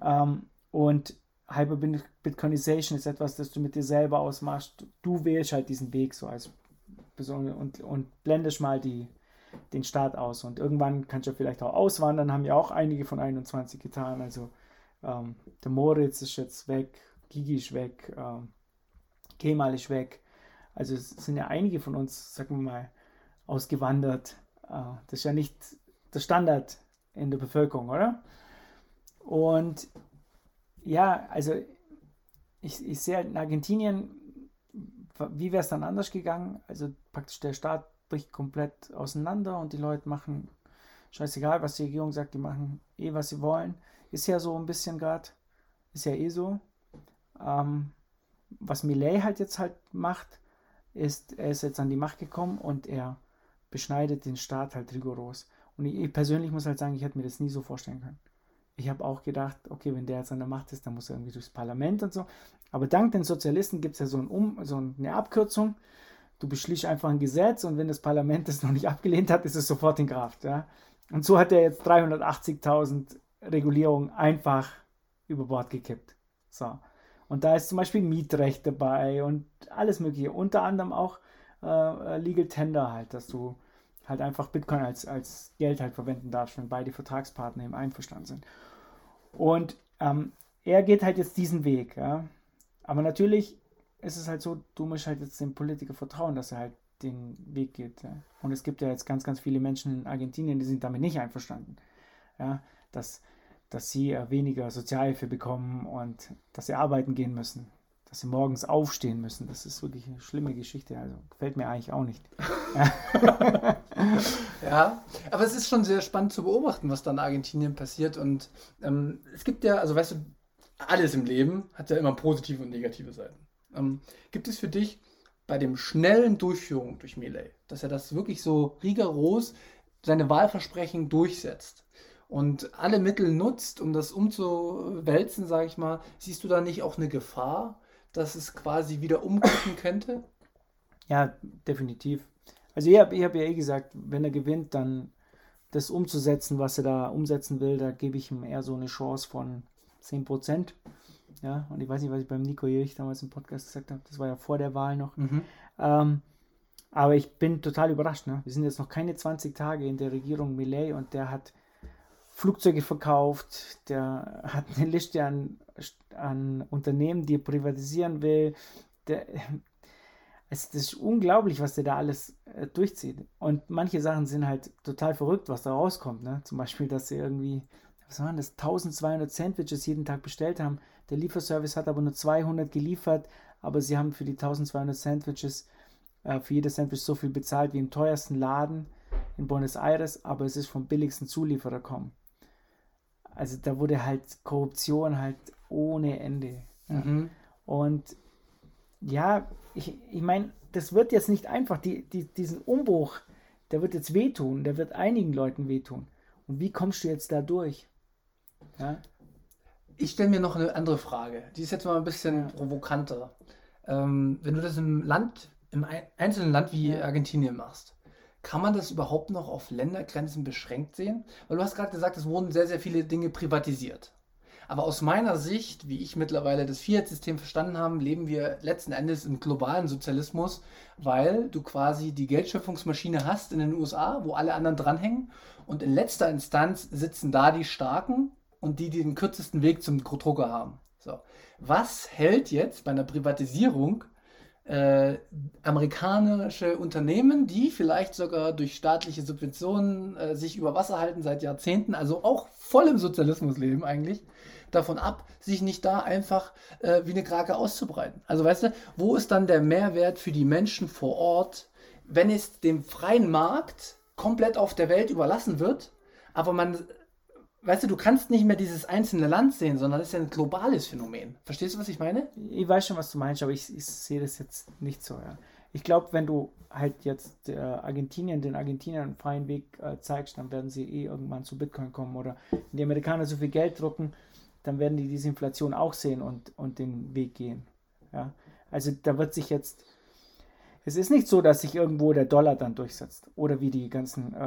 Und Hyper-Bitcoinization ist etwas, das du mit dir selber ausmachst. Du wählst halt diesen Weg so als Person und blendest mal den Staat aus. Und irgendwann kannst du vielleicht auch auswandern, haben ja auch einige von 21 getan. Also der Moritz ist jetzt weg, Gigi ist weg, Kemal ist weg. Also es sind ja einige von uns, sagen wir mal, ausgewandert. Das ist ja nicht der Standard in der Bevölkerung, oder? Und ja, also ich sehe in Argentinien, wie wäre es dann anders gegangen? Also praktisch der Staat bricht komplett auseinander und die Leute machen scheißegal, was die Regierung sagt, die machen was sie wollen. Ist ja so ein bisschen gerade, ist ja so. Was Milei halt macht, ist, er ist jetzt an die Macht gekommen und er beschneidet den Staat halt rigoros. Und ich persönlich muss halt sagen, ich hätte mir das nie so vorstellen können. Ich habe auch gedacht, okay, wenn der jetzt an der Macht ist, dann muss er irgendwie durchs Parlament und so. Aber dank den Sozialisten gibt es ja so eine Abkürzung. Du beschließt einfach ein Gesetz und wenn das Parlament es noch nicht abgelehnt hat, ist es sofort in Kraft. Ja? Und so hat er jetzt 380.000 Regulierungen einfach über Bord gekippt. So. Und da ist zum Beispiel Mietrecht dabei und alles mögliche. Unter anderem auch Legal Tender halt, dass du halt einfach Bitcoin als Geld halt verwenden darfst, wenn beide Vertragspartner im Einverstanden sind. Und er geht halt jetzt diesen Weg. Ja? Aber natürlich ist es halt so, du musst halt jetzt dem Politiker vertrauen, dass er halt den Weg geht. Ja? Und es gibt ja jetzt ganz, ganz viele Menschen in Argentinien, die sind damit nicht einverstanden. Ja? Dass sie weniger Sozialhilfe bekommen und dass sie arbeiten gehen müssen, dass sie morgens aufstehen müssen. Das ist wirklich eine schlimme Geschichte, also gefällt mir eigentlich auch nicht. Ja, aber es ist schon sehr spannend zu beobachten, was da in Argentinien passiert und es gibt ja, also weißt du, alles im Leben hat ja immer positive und negative Seiten. Gibt es für dich bei dem schnellen Durchführung durch Milei, dass er das wirklich so rigoros seine Wahlversprechen durchsetzt und alle Mittel nutzt, um das umzuwälzen, sage ich mal, siehst du da nicht auch eine Gefahr, dass es quasi wieder umkippen könnte? Ja, definitiv. Also ich hab ja gesagt, wenn er gewinnt, dann das umzusetzen, was er da umsetzen will, da gebe ich ihm eher so eine Chance von 10%. Ja, und ich weiß nicht, was ich beim Nico Jürich damals im Podcast gesagt habe, das war ja vor der Wahl noch. Aber ich bin total überrascht. Ne? Wir sind jetzt noch keine 20 Tage in der Regierung Milei und der hat Flugzeuge verkauft, der hat eine Liste an Unternehmen, die er privatisieren will. Es ist unglaublich, was der da alles durchzieht. Und manche Sachen sind halt total verrückt, was da rauskommt. Ne? Zum Beispiel, dass sie irgendwie, was waren das, 1200 Sandwiches jeden Tag bestellt haben. Der Lieferservice hat aber nur 200 geliefert, aber sie haben für die 1200 Sandwiches, für jedes Sandwich so viel bezahlt wie im teuersten Laden in Buenos Aires, aber es ist vom billigsten Zulieferer gekommen. Also da wurde halt Korruption halt ohne Ende. Ja. Und ja, ich meine, das wird jetzt nicht einfach, diesen Umbruch, der wird jetzt wehtun, der wird einigen Leuten wehtun. Und wie kommst du jetzt da durch? Ja? Ich stelle mir noch eine andere Frage, die ist jetzt mal ein bisschen provokanter. Wenn du das im einzelnen Land wie Argentinien machst, kann man das überhaupt noch auf Ländergrenzen beschränkt sehen? Weil du hast gerade gesagt, es wurden sehr, sehr viele Dinge privatisiert. Aber aus meiner Sicht, wie ich mittlerweile das Fiat-System verstanden habe, leben wir letzten Endes im globalen Sozialismus, weil du quasi die Geldschöpfungsmaschine hast in den USA, wo alle anderen dranhängen und in letzter Instanz sitzen da die Starken und die den kürzesten Weg zum Drucker haben. So. Was hält jetzt bei einer Privatisierung amerikanische Unternehmen, die vielleicht sogar durch staatliche Subventionen sich über Wasser halten seit Jahrzehnten, also auch voll im Sozialismus leben eigentlich, davon ab, sich nicht da einfach wie eine Krake auszubreiten. Also weißt du, wo ist dann der Mehrwert für die Menschen vor Ort, wenn es dem freien Markt komplett auf der Welt überlassen wird, aber weißt du, du kannst nicht mehr dieses einzelne Land sehen, sondern das ist ja ein globales Phänomen. Verstehst du, was ich meine? Ich weiß schon, was du meinst, aber ich sehe das jetzt nicht so. Ja. Ich glaube, wenn du halt jetzt den Argentiniern einen freien Weg zeigst, dann werden sie irgendwann zu Bitcoin kommen. Oder wenn die Amerikaner so viel Geld drucken, dann werden die diese Inflation auch sehen und den Weg gehen. Ja. Also da wird sich jetzt... Es ist nicht so, dass sich irgendwo der Dollar dann durchsetzt. Oder wie die ganzen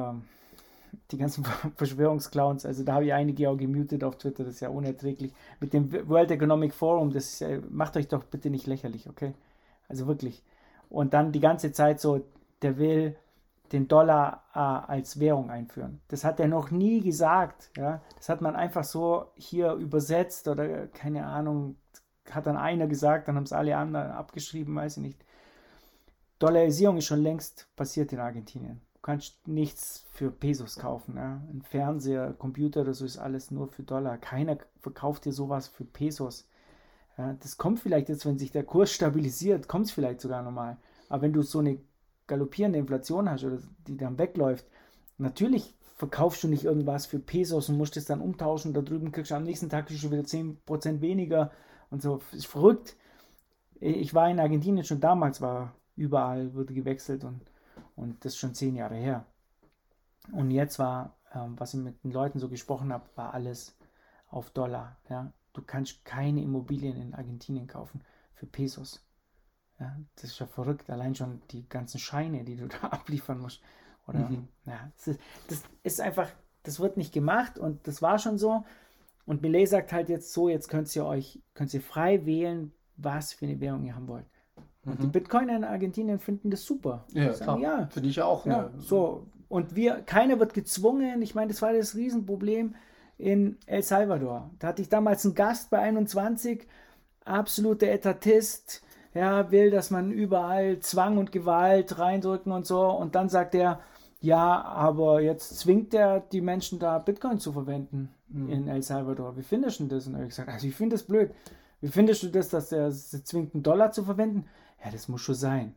Verschwörungsclowns, also da habe ich einige auch gemutet auf Twitter, das ist ja unerträglich. Mit dem World Economic Forum, das ist, macht euch doch bitte nicht lächerlich, okay? Also wirklich. Und dann die ganze Zeit so, der will den Dollar als Währung einführen. Das hat er noch nie gesagt, ja? Das hat man einfach so hier übersetzt oder keine Ahnung, hat dann einer gesagt, dann haben es alle anderen abgeschrieben, weiß ich nicht. Dollarisierung ist schon längst passiert in Argentinien. Du kannst nichts für Pesos kaufen. Ja? Ein Fernseher, Computer oder so ist alles nur für Dollar. Keiner verkauft dir sowas für Pesos. Ja? Das kommt vielleicht jetzt, wenn sich der Kurs stabilisiert, kommt es vielleicht sogar nochmal. Aber wenn du so eine galoppierende Inflation hast oder die dann wegläuft, natürlich verkaufst du nicht irgendwas für Pesos und musst es dann umtauschen. Da drüben kriegst du am nächsten Tag schon wieder 10% weniger und so. Das ist verrückt. Ich war in Argentinien schon damals, war überall, wurde gewechselt und das ist schon 10 Jahre her. Und jetzt war, was ich mit den Leuten so gesprochen habe, war alles auf Dollar. Ja? Du kannst keine Immobilien in Argentinien kaufen für Pesos. Ja? Das ist ja verrückt. Allein schon die ganzen Scheine, die du da abliefern musst. Oder, ja, das ist einfach, das wird nicht gemacht und das war schon so. Und Milei sagt halt jetzt so, jetzt könnt ihr frei wählen, was für eine Währung ihr haben wollt. Und die Bitcoiner in Argentinien finden das super. Ja, sagen, klar. Ja, finde ich auch. Ja, ne? So. Und keiner wird gezwungen. Ich meine, das war das Riesenproblem in El Salvador. Da hatte ich damals einen Gast bei 21, absoluter Etatist, ja, will, dass man überall Zwang und Gewalt reindrücken und so. Und dann sagt er, ja, aber jetzt zwingt er die Menschen da, Bitcoin zu verwenden in El Salvador. Wie findest du das? Und er hat gesagt, also ich finde das blöd. Wie findest du das, dass der zwingt, einen Dollar zu verwenden? Ja, das muss schon sein.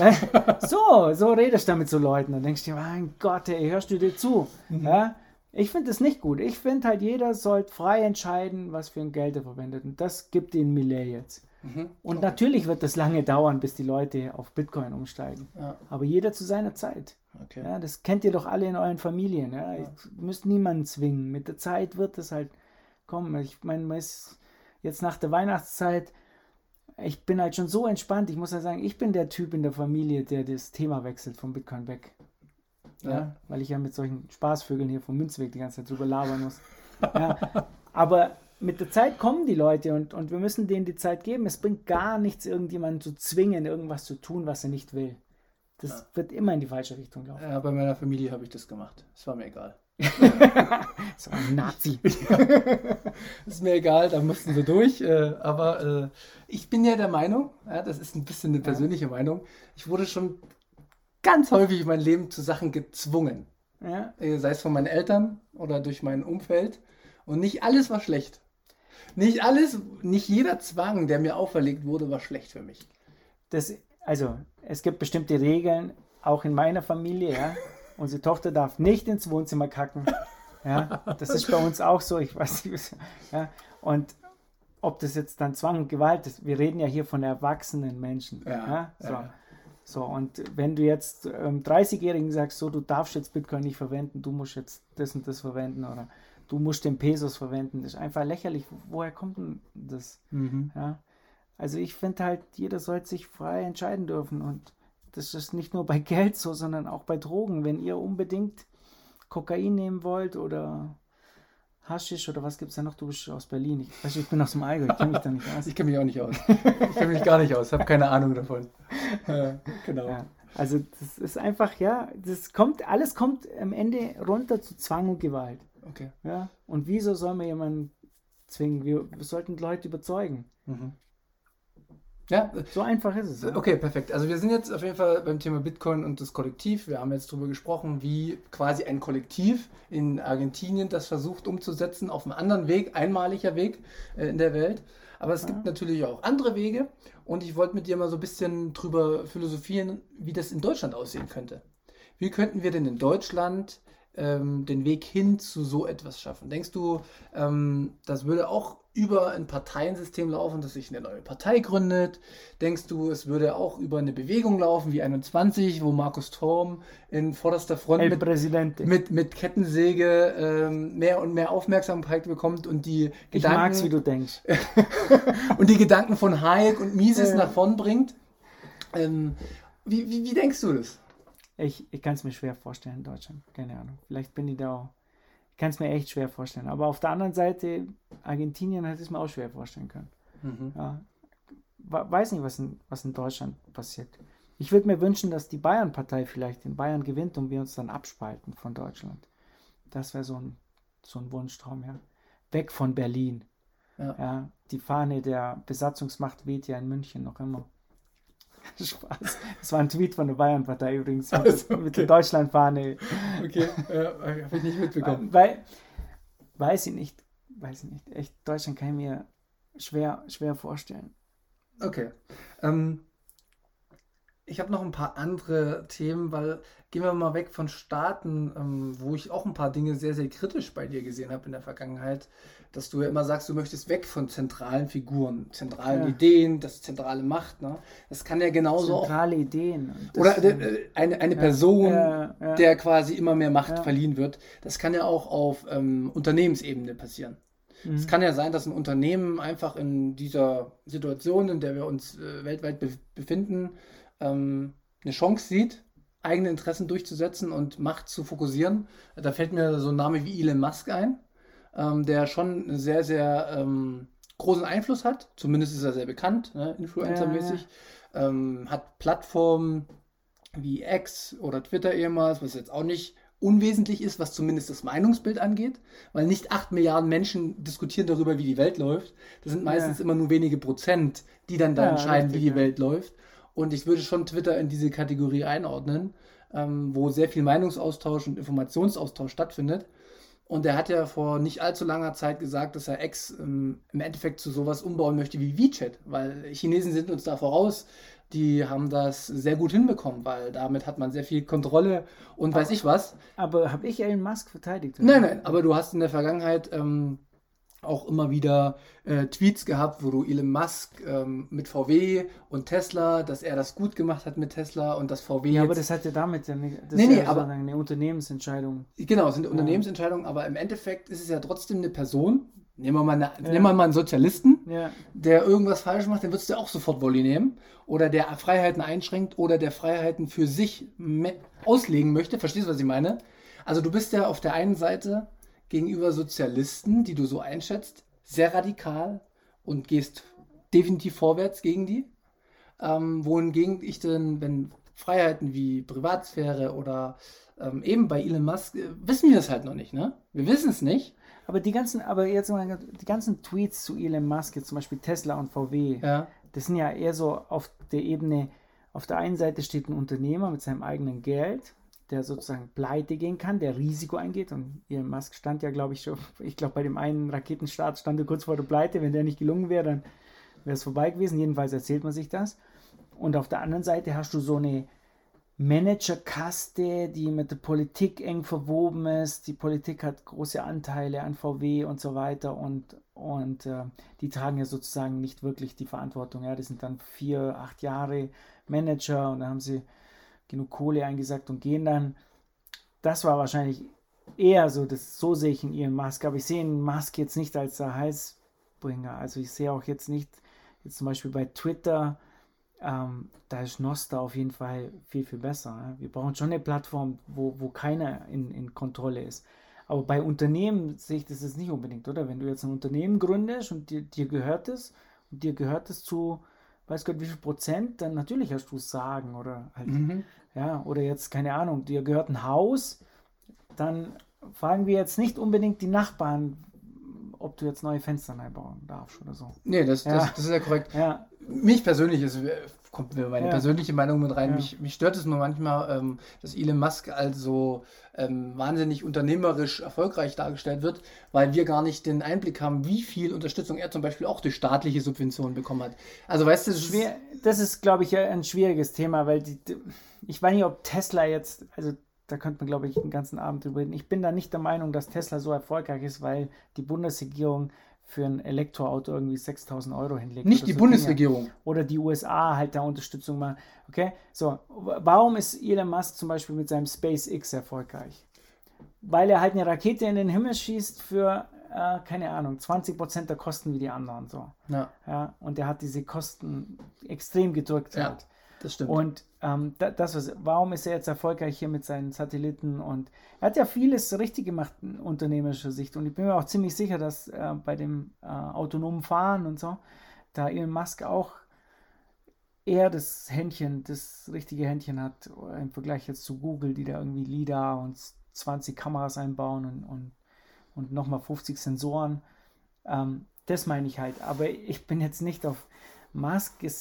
so redest du da mit so Leuten. Dann denkst du dir, mein Gott, ey, hörst du dir zu? Ja? Ich finde das nicht gut. Ich finde halt, jeder sollte frei entscheiden, was für ein Geld er verwendet. Und das gibt den Milei jetzt. Und natürlich wird das lange dauern, bis die Leute auf Bitcoin umsteigen. Ja. Aber jeder zu seiner Zeit. Okay. Ja, das kennt ihr doch alle in euren Familien. Ja? Ihr müsst niemanden zwingen. Mit der Zeit wird das halt kommen. Ich meine, man ist jetzt nach der Weihnachtszeit, ich bin halt schon so entspannt. Ich muss ja sagen, ich bin der Typ in der Familie, der das Thema wechselt vom Bitcoin weg. Ja, weil ich ja mit solchen Spaßvögeln hier vom Münzweg die ganze Zeit drüber labern muss. Ja, aber mit der Zeit kommen die Leute und wir müssen denen die Zeit geben. Es bringt gar nichts, irgendjemanden zu zwingen, irgendwas zu tun, was er nicht will. Das wird immer in die falsche Richtung laufen. Ja, bei meiner Familie habe ich das gemacht. Es war mir egal. So ein Nazi. Ist mir egal, da mussten sie durch. Aber ich bin ja der Meinung, das ist ein bisschen eine persönliche Meinung, ich wurde schon ganz häufig in meinem Leben zu Sachen gezwungen. Ja. Sei es von meinen Eltern oder durch mein Umfeld. Und nicht alles war schlecht. Nicht jeder Zwang, der mir auferlegt wurde, war schlecht für mich. Also, es gibt bestimmte Regeln, auch in meiner Familie, ja. Unsere Tochter darf nicht ins Wohnzimmer kacken. Ja, das ist bei uns auch so, ich weiß nicht. Ja. Und ob das jetzt dann Zwang und Gewalt ist, wir reden ja hier von erwachsenen Menschen. Ja. So, und wenn du jetzt 30-Jährigen sagst, so, du darfst jetzt Bitcoin nicht verwenden, du musst jetzt das und das verwenden oder du musst den Pesos verwenden, das ist einfach lächerlich. Woher kommt denn das? Ja. Also ich finde halt, jeder sollte sich frei entscheiden dürfen und das ist nicht nur bei Geld so, sondern auch bei Drogen. Wenn ihr unbedingt Kokain nehmen wollt oder Haschisch oder was gibt es da noch? Du bist aus Berlin. Ich bin aus dem Allgäu, ich kenne mich da nicht aus. Ich kenne mich auch nicht aus. Ich kenne mich gar nicht aus, habe keine Ahnung davon. Genau. Ja, also das ist einfach, alles kommt am Ende runter zu Zwang und Gewalt. Okay. Ja? Und wieso soll man jemanden zwingen? Wir sollten Leute überzeugen. Ja, so einfach ist es. Ja? Okay, perfekt. Also wir sind jetzt auf jeden Fall beim Thema Bitcoin und das Kollektiv. Wir haben jetzt darüber gesprochen, wie quasi ein Kollektiv in Argentinien das versucht umzusetzen, auf einem anderen Weg, einmaliger Weg in der Welt. Aber es gibt natürlich auch andere Wege und ich wollte mit dir mal so ein bisschen drüber philosophieren, wie das in Deutschland aussehen könnte. Wie könnten wir denn in Deutschland den Weg hin zu so etwas schaffen? Denkst du, das würde auch über ein Parteiensystem laufen, dass sich eine neue Partei gründet? Denkst du, es würde auch über eine Bewegung laufen wie 21, wo Markus Thorm in vorderster Front mit Kettensäge mehr und mehr Aufmerksamkeit bekommt und die Gedanken... Ich mag's, wie du denkst. und die Gedanken von Hayek und Mises nach vorn bringt? Wie denkst du das? Ich kann es mir schwer vorstellen in Deutschland, keine Ahnung. Vielleicht bin ich da auch. Ich kann es mir echt schwer vorstellen. Aber auf der anderen Seite, Argentinien hätte es mir auch schwer vorstellen können. Ja. Weiß nicht, was in Deutschland passiert. Ich würde mir wünschen, dass die Bayern-Partei vielleicht in Bayern gewinnt und wir uns dann abspalten von Deutschland. Das wäre so ein Wunschtraum, ja. Weg von Berlin. Ja, die Fahne der Besatzungsmacht weht ja in München noch immer. Spaß. Das war ein Tweet von der Bayern-Partei übrigens mit der Deutschlandfahne. Okay, habe ich nicht mitbekommen. Weiß ich nicht. Echt, Deutschland kann ich mir schwer vorstellen. Okay. Ich habe noch ein paar andere Themen, weil gehen wir mal weg von Staaten, wo ich auch ein paar Dinge sehr, sehr kritisch bei dir gesehen habe in der Vergangenheit, dass du ja immer sagst, du möchtest weg von zentralen Figuren, zentralen Ideen, das zentrale Macht. Ne? Das kann ja genauso zentrale Ideen. Oder eine Person, der quasi immer mehr Macht verliehen wird. Das kann ja auch auf Unternehmensebene passieren. Es kann ja sein, dass ein Unternehmen einfach in dieser Situation, in der wir uns weltweit befinden, eine Chance sieht, eigene Interessen durchzusetzen und Macht zu fokussieren. Da fällt mir so ein Name wie Elon Musk ein, der schon einen sehr, sehr großen Einfluss hat. Zumindest ist er sehr bekannt, ne? Influencer-mäßig. Hat Plattformen wie X oder Twitter ehemals, was jetzt auch nicht unwesentlich ist, was zumindest das Meinungsbild angeht, weil nicht 8 Milliarden Menschen diskutieren darüber, wie die Welt läuft. Das sind meistens immer nur wenige Prozent, die dann da entscheiden, wie die Welt läuft. Und ich würde schon Twitter in diese Kategorie einordnen, wo sehr viel Meinungsaustausch und Informationsaustausch stattfindet. Und er hat ja vor nicht allzu langer Zeit gesagt, dass er X im Endeffekt zu sowas umbauen möchte wie WeChat, weil Chinesen sind uns da voraus. Die haben das sehr gut hinbekommen, weil damit hat man sehr viel Kontrolle und weiß ich was. Aber habe ich Elon Musk verteidigt? Oder? Nein, aber du hast in der Vergangenheit auch immer wieder Tweets gehabt, wo du Elon Musk mit VW und Tesla, dass er das gut gemacht hat mit Tesla und dass VW aber das hat ja damit ja nicht, das ist ja aber eine Unternehmensentscheidung. Genau, es sind Unternehmensentscheidungen, aber im Endeffekt ist es ja trotzdem eine Person, nehmen wir mal einen Sozialisten, Ja. der irgendwas falsch macht, dann würdest du auch sofort Volley nehmen. Oder der Freiheiten einschränkt oder der Freiheiten für sich auslegen möchte. Verstehst du, was ich meine? Also du bist ja auf der einen Seite gegenüber Sozialisten, die du so einschätzt, sehr radikal und gehst definitiv vorwärts gegen die. Wohingegen ich dann, wenn Freiheiten wie Privatsphäre oder eben bei Elon Musk, wissen wir es halt noch nicht, ne? Wir wissen es nicht. Aber die ganzen Tweets zu Elon Musk, jetzt zum Beispiel Tesla und VW, das sind ja eher so auf der Ebene, auf der einen Seite steht ein Unternehmer mit seinem eigenen Geld, der sozusagen pleite gehen kann, der Risiko eingeht, und Elon Musk stand ja, glaube ich, schon, bei dem einen Raketenstart stand er kurz vor der Pleite, wenn der nicht gelungen wäre, dann wäre es vorbei gewesen, jedenfalls erzählt man sich das. Und auf der anderen Seite hast du so eine Managerkaste, die mit der Politik eng verwoben ist. Die Politik hat große Anteile an VW und so weiter, und die tragen ja sozusagen nicht wirklich die Verantwortung. Ja, das sind dann 4-8 Jahre Manager und dann haben sie genug Kohle eingesackt und gehen dann. Das war wahrscheinlich eher so, so sehe ich in Elon Musk, aber ich sehe ihn Musk jetzt nicht als der Heilsbringer. Also ich sehe auch jetzt nicht, jetzt zum Beispiel bei Twitter, da ist Nostra auf jeden Fall viel, viel besser. Ja? Wir brauchen schon eine Plattform, wo keiner in Kontrolle ist. Aber bei Unternehmen sehe ich das jetzt nicht unbedingt, oder? Wenn du jetzt ein Unternehmen gründest und dir gehört es, zu, weiß Gott wie viel Prozent, dann natürlich hast du es sagen, oder halt, ja, oder jetzt, keine Ahnung, dir gehört ein Haus, dann fragen wir jetzt nicht unbedingt die Nachbarn, ob du jetzt neue Fenster einbauen darfst oder so. Nee, das ist ja korrekt. Ja. Mich persönlich, kommt mir meine persönliche Meinung mit rein, mich stört es nur manchmal, dass Elon Musk also wahnsinnig unternehmerisch erfolgreich dargestellt wird, weil wir gar nicht den Einblick haben, wie viel Unterstützung er zum Beispiel auch durch staatliche Subventionen bekommen hat. Also weißt du, das ist, glaube ich, ein schwieriges Thema, weil ich weiß nicht, ob Tesla jetzt, also da könnte man, glaube ich, den ganzen Abend drüber reden. Ich bin da nicht der Meinung, dass Tesla so erfolgreich ist, weil die Bundesregierung für ein Elektroauto irgendwie 6.000 € hinlegt. Nicht die Bundesregierung. Oder die USA halt da Unterstützung machen. Okay, so, warum ist Elon Musk zum Beispiel mit seinem SpaceX erfolgreich? Weil er halt eine Rakete in den Himmel schießt für, keine Ahnung, 20% der Kosten wie die anderen. So. Ja, und er hat diese Kosten extrem gedrückt. Ja. Halt. Das stimmt. Und warum ist er jetzt erfolgreich hier mit seinen Satelliten? Und er hat ja vieles richtig gemacht in unternehmerischer Sicht. Und ich bin mir auch ziemlich sicher, dass bei dem autonomen Fahren und so, da Elon Musk auch eher das richtige Händchen hat, im Vergleich jetzt zu Google, die da irgendwie LiDAR und 20 Kameras einbauen und nochmal 50 Sensoren. Das meine ich halt. Aber ich bin jetzt nicht auf Musk, ist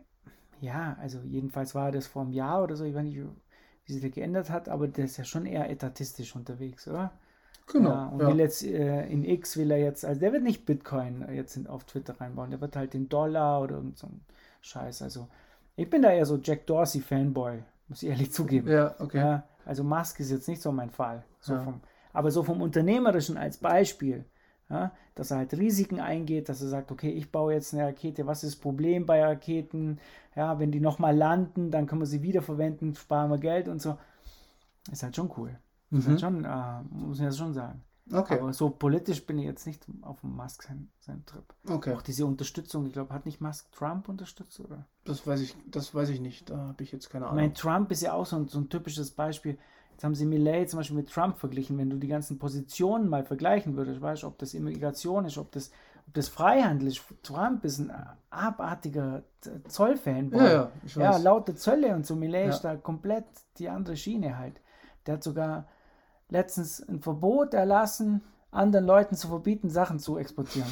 ja, also jedenfalls war das vor einem Jahr oder so, ich weiß nicht, wie sich das geändert hat, aber der ist ja schon eher etatistisch unterwegs, oder? Genau. Ja, und will jetzt in X will er jetzt, also der wird nicht Bitcoin jetzt auf Twitter reinbauen, der wird halt den Dollar oder irgend so ein Scheiß. Also ich bin da eher so Jack Dorsey Fanboy, muss ich ehrlich zugeben. Ja, okay. Ja, also Musk ist jetzt nicht so mein Fall. Aber so vom Unternehmerischen als Beispiel, ja, dass er halt Risiken eingeht, dass er sagt, okay, ich baue jetzt eine Rakete, was ist das Problem bei Raketen? Ja, wenn die nochmal landen, dann können wir sie wiederverwenden, sparen wir Geld und so. Ist halt schon cool. Ist halt schon, muss ich das schon sagen. Okay. Aber so politisch bin ich jetzt nicht auf dem Musk sein Trip. Okay. Auch diese Unterstützung, ich glaube, hat nicht Musk Trump unterstützt, oder? Das weiß ich nicht, da habe ich jetzt keine Ahnung. Ich meine, Trump ist ja auch so ein typisches Beispiel. Jetzt haben sie Milei zum Beispiel mit Trump verglichen. Wenn du die ganzen Positionen mal vergleichen würdest, weißt du, ob das Immigration ist, ob das Freihandel ist. Trump ist ein abartiger Zollfanboy. Ja, ich weiß. Ja, laute Zölle und so. Milei ist da komplett die andere Schiene halt. Der hat sogar letztens ein Verbot erlassen, anderen Leuten zu verbieten, Sachen zu exportieren.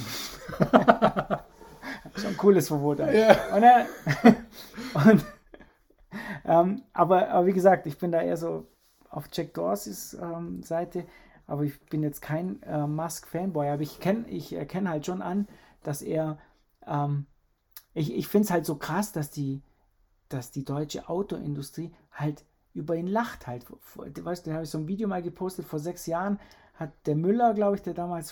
Schon ein cooles Verbot eigentlich. Ja. Aber wie gesagt, ich bin da eher so auf Jack Dorseys Seite, aber ich bin jetzt kein Musk-Fanboy, aber ich erkenne halt schon an, dass er, ich finde es halt so krass, dass die deutsche Autoindustrie halt über ihn lacht halt. Weißt du, da habe ich so ein Video mal gepostet, vor 6 Jahren hat der Müller, glaube ich, der damals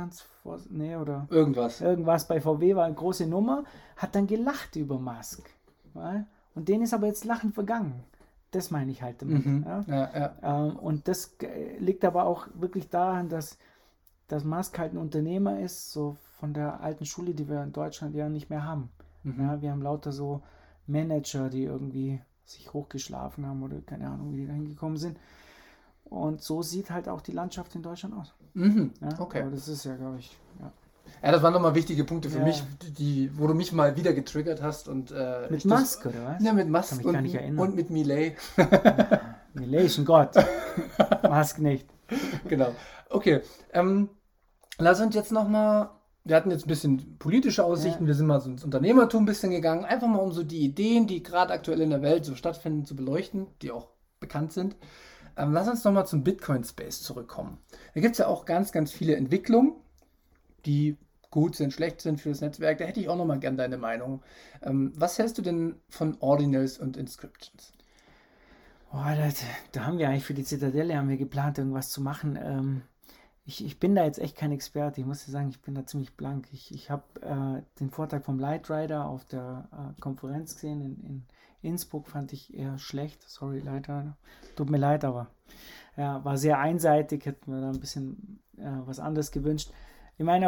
irgendwas bei VW war, eine große Nummer, hat dann gelacht über Musk. Und denen ist aber jetzt Lachen vergangen. Das meine ich halt damit. Und das liegt aber auch wirklich daran, dass dass Musk halt ein Unternehmer ist, so von der alten Schule, die wir in Deutschland ja nicht mehr haben. Ja, wir haben lauter so Manager, die irgendwie sich hochgeschlafen haben oder keine Ahnung, wie die da hingekommen sind. Und so sieht halt auch die Landschaft in Deutschland aus. Ja, Okay. aber das ist ja, glaube ich, ja. Ja, das waren nochmal wichtige Punkte für Ja. mich, wo du mich mal wieder getriggert hast. Und, Mit Musk, oder was? Ja, mit Kann Musk mich gar nicht erinnern. und mit Milei. Milei ist ein Gott. Musk nicht. Genau. Okay. Lass uns jetzt nochmal, wir hatten jetzt ein bisschen politische Aussichten, wir sind mal so ins Unternehmertum ein bisschen gegangen, einfach mal um so die Ideen, die gerade aktuell in der Welt so stattfinden, zu beleuchten, die auch bekannt sind. Lass uns nochmal zum Bitcoin-Space zurückkommen. Da gibt es ja auch ganz, ganz viele Entwicklungen, die gut sind, schlecht sind für das Netzwerk. Da hätte ich auch nochmal gern deine Meinung. Was hältst du denn von Ordinals und Inscriptions? Da haben wir eigentlich für die Zitadelle haben wir geplant, irgendwas zu machen. Ich bin da jetzt echt kein Experte. Ich muss dir sagen, ich bin da ziemlich blank. Ich habe den Vortrag vom Light Rider auf der Konferenz gesehen in Innsbruck, fand ich eher schlecht. Sorry, Light Rider. Tut mir leid, aber ja, war sehr einseitig. Hätte mir da ein bisschen was anderes gewünscht. Ich meine,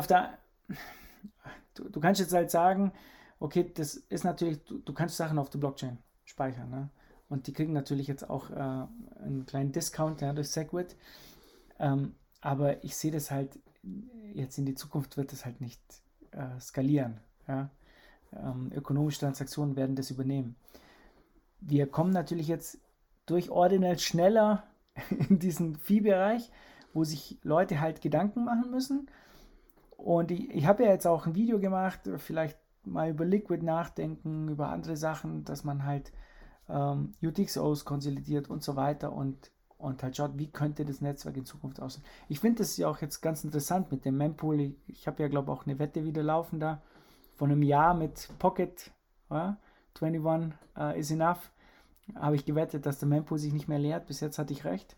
du kannst jetzt halt sagen, okay, das ist natürlich, du kannst Sachen auf der Blockchain speichern, ne? Und die kriegen natürlich jetzt auch einen kleinen Discount, ja, durch Segwit. Aber ich sehe das halt, jetzt in die Zukunft wird das halt nicht skalieren. Ja? Ökonomische Transaktionen werden das übernehmen. Wir kommen natürlich jetzt durch Ordinal schneller in diesen Fee-Bereich, wo sich Leute halt Gedanken machen müssen. Und ich habe ja jetzt auch ein Video gemacht, vielleicht mal über Liquid nachdenken, über andere Sachen, dass man halt UTXOs konsolidiert und so weiter und halt schaut, wie könnte das Netzwerk in Zukunft aussehen. Ich finde das ja auch jetzt ganz interessant mit dem Mempool. Ich habe ja, glaube ich, auch eine Wette wieder laufen da von einem Jahr mit Pocket, 21 is enough, habe ich gewettet, dass der Mempool sich nicht mehr leert. Bis jetzt hatte ich recht.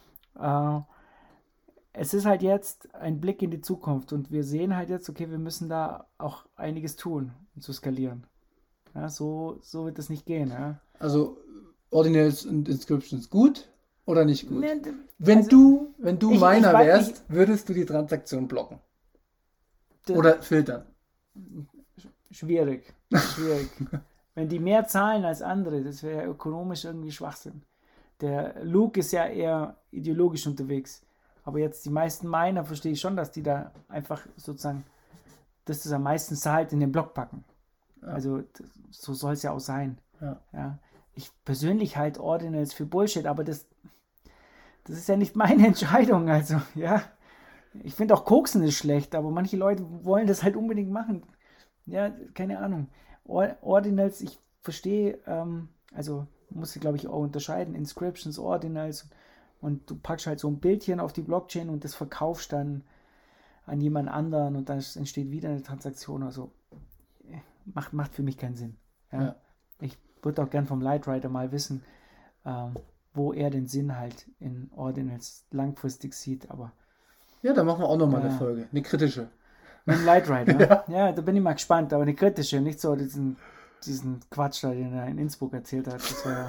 Es ist halt jetzt ein Blick in die Zukunft und wir sehen halt jetzt, okay, wir müssen da auch einiges tun, um zu skalieren. Ja, so wird das nicht gehen. Ja. Also Ordinals und Inscriptions gut oder nicht gut? Nee, Wenn du Miner wärst, würdest du die Transaktion blocken? Oder filtern? Schwierig. Wenn die mehr zahlen als andere, das wäre ökonomisch irgendwie Schwachsinn. Der Luke ist ja eher ideologisch unterwegs. Aber jetzt die meisten Miner verstehe ich schon, dass die da einfach sozusagen, dass das am meisten zahlt, in den Block packen. Ja. Also so soll es ja auch sein. Ja. Ich persönlich halte Ordinals für Bullshit, aber das ist ja nicht meine Entscheidung. Also, ja. Ich finde auch Koksen ist schlecht, aber manche Leute wollen das halt unbedingt machen. Ja, keine Ahnung. Ordinals, ich verstehe, also muss ich glaube ich auch unterscheiden, Inscriptions, Ordinals, und du packst halt so ein Bildchen auf die Blockchain und das verkaufst dann an jemand anderen und dann entsteht wieder eine Transaktion. Also macht für mich keinen Sinn. Ja. Ich würde auch gern vom Light Rider mal wissen, wo er den Sinn halt in Ordinals langfristig sieht, aber ja, da machen wir auch nochmal eine Folge, eine kritische. Mit dem Light Rider? Ja, da bin ich mal gespannt, aber eine kritische, nicht so diesen Quatsch da, den er in Innsbruck erzählt hat.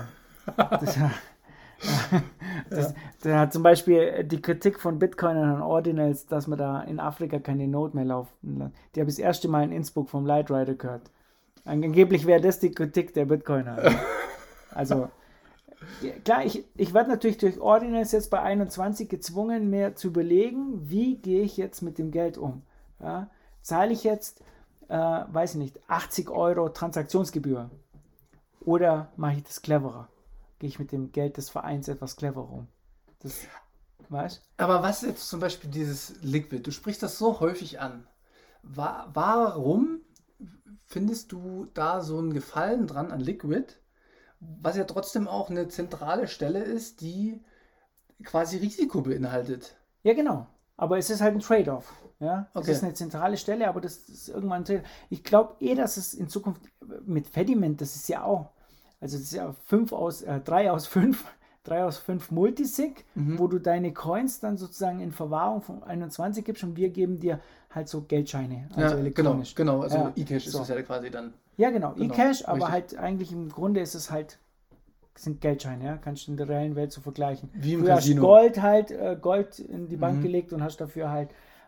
Der hat zum Beispiel die Kritik von Bitcoinern an Ordinals, dass man da in Afrika keine Node mehr laufen lässt. Die habe ich das erste Mal in Innsbruck vom Light Rider gehört. Angeblich wäre das die Kritik der Bitcoiner. Also, klar, ich werde natürlich durch Ordinals jetzt bei 21 gezwungen, mir zu überlegen, wie gehe ich jetzt mit dem Geld um. Ja? Zahle ich jetzt, weiß ich nicht, 80 € Transaktionsgebühr oder mache ich das cleverer? Gehe ich mit dem Geld des Vereins etwas cleverer um? Das, weißt? Aber was jetzt zum Beispiel dieses Liquid? Du sprichst das so häufig an. Warum findest du da so einen Gefallen dran an Liquid, was ja trotzdem auch eine zentrale Stelle ist, die quasi Risiko beinhaltet? Ja, genau. Aber es ist halt ein Trade-off. Ja? Okay. Es ist eine zentrale Stelle, aber das ist irgendwann ein Trade-off. Ich glaube dass es in Zukunft mit Fediment, das ist ja auch, also das ist ja 3 aus 5 Multisig, wo du deine Coins dann sozusagen in Verwahrung von 21 gibst und wir geben dir halt so Geldscheine, also elektronisch. Genau, also ja, eCash ist das ja quasi dann. Ja, genau, eCash, aber richtig. halt eigentlich im Grunde ist es halt, sind Geldscheine, ja, kannst du in der reellen Welt so vergleichen. Wie im du hast Casino. Gold in die Bank gelegt und hast dafür halt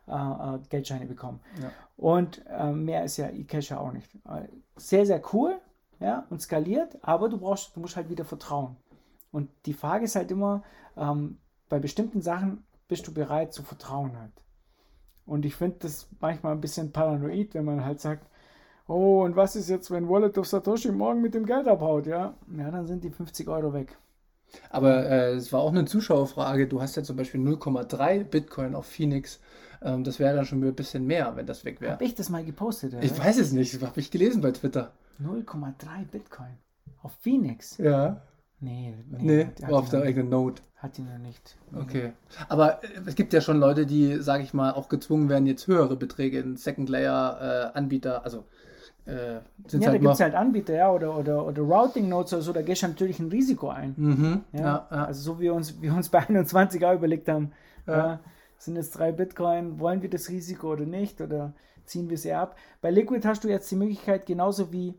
Geldscheine bekommen. Ja. Und mehr ist ja eCash auch nicht. Sehr, sehr cool, ja, und skaliert, aber du musst halt wieder vertrauen. Und die Frage ist halt immer, bei bestimmten Sachen bist du bereit zu vertrauen halt. Und ich finde das manchmal ein bisschen paranoid, wenn man halt sagt, oh, und was ist jetzt, wenn Wallet of Satoshi morgen mit dem Geld abhaut, ja? Ja, dann sind die 50 Euro weg. Aber es war auch eine Zuschauerfrage. Du hast ja zum Beispiel 0,3 Bitcoin auf Phoenix. Das wäre dann schon ein bisschen mehr, wenn das weg wäre. Habe ich das mal gepostet? Oder? Ich weiß es nicht. Das habe ich gelesen bei Twitter. 0,3 Bitcoin auf Phoenix? Ja. Nee, war auf der eigenen Node. Hat die noch nicht. Nee. Okay. Aber es gibt ja schon Leute, die, sage ich mal, auch gezwungen werden, jetzt höhere Beträge in Second-Layer-Anbieter, also sind Ja, halt da gibt es halt Anbieter, ja, oder Routing-Nodes oder so, da gehst du natürlich ein Risiko ein. Ja. Also so wie wir uns bei 21 auch überlegt haben, sind es 3 Bitcoin, wollen wir das Risiko oder nicht, oder ziehen wir es eher ab. Bei Liquid hast du jetzt die Möglichkeit, genauso wie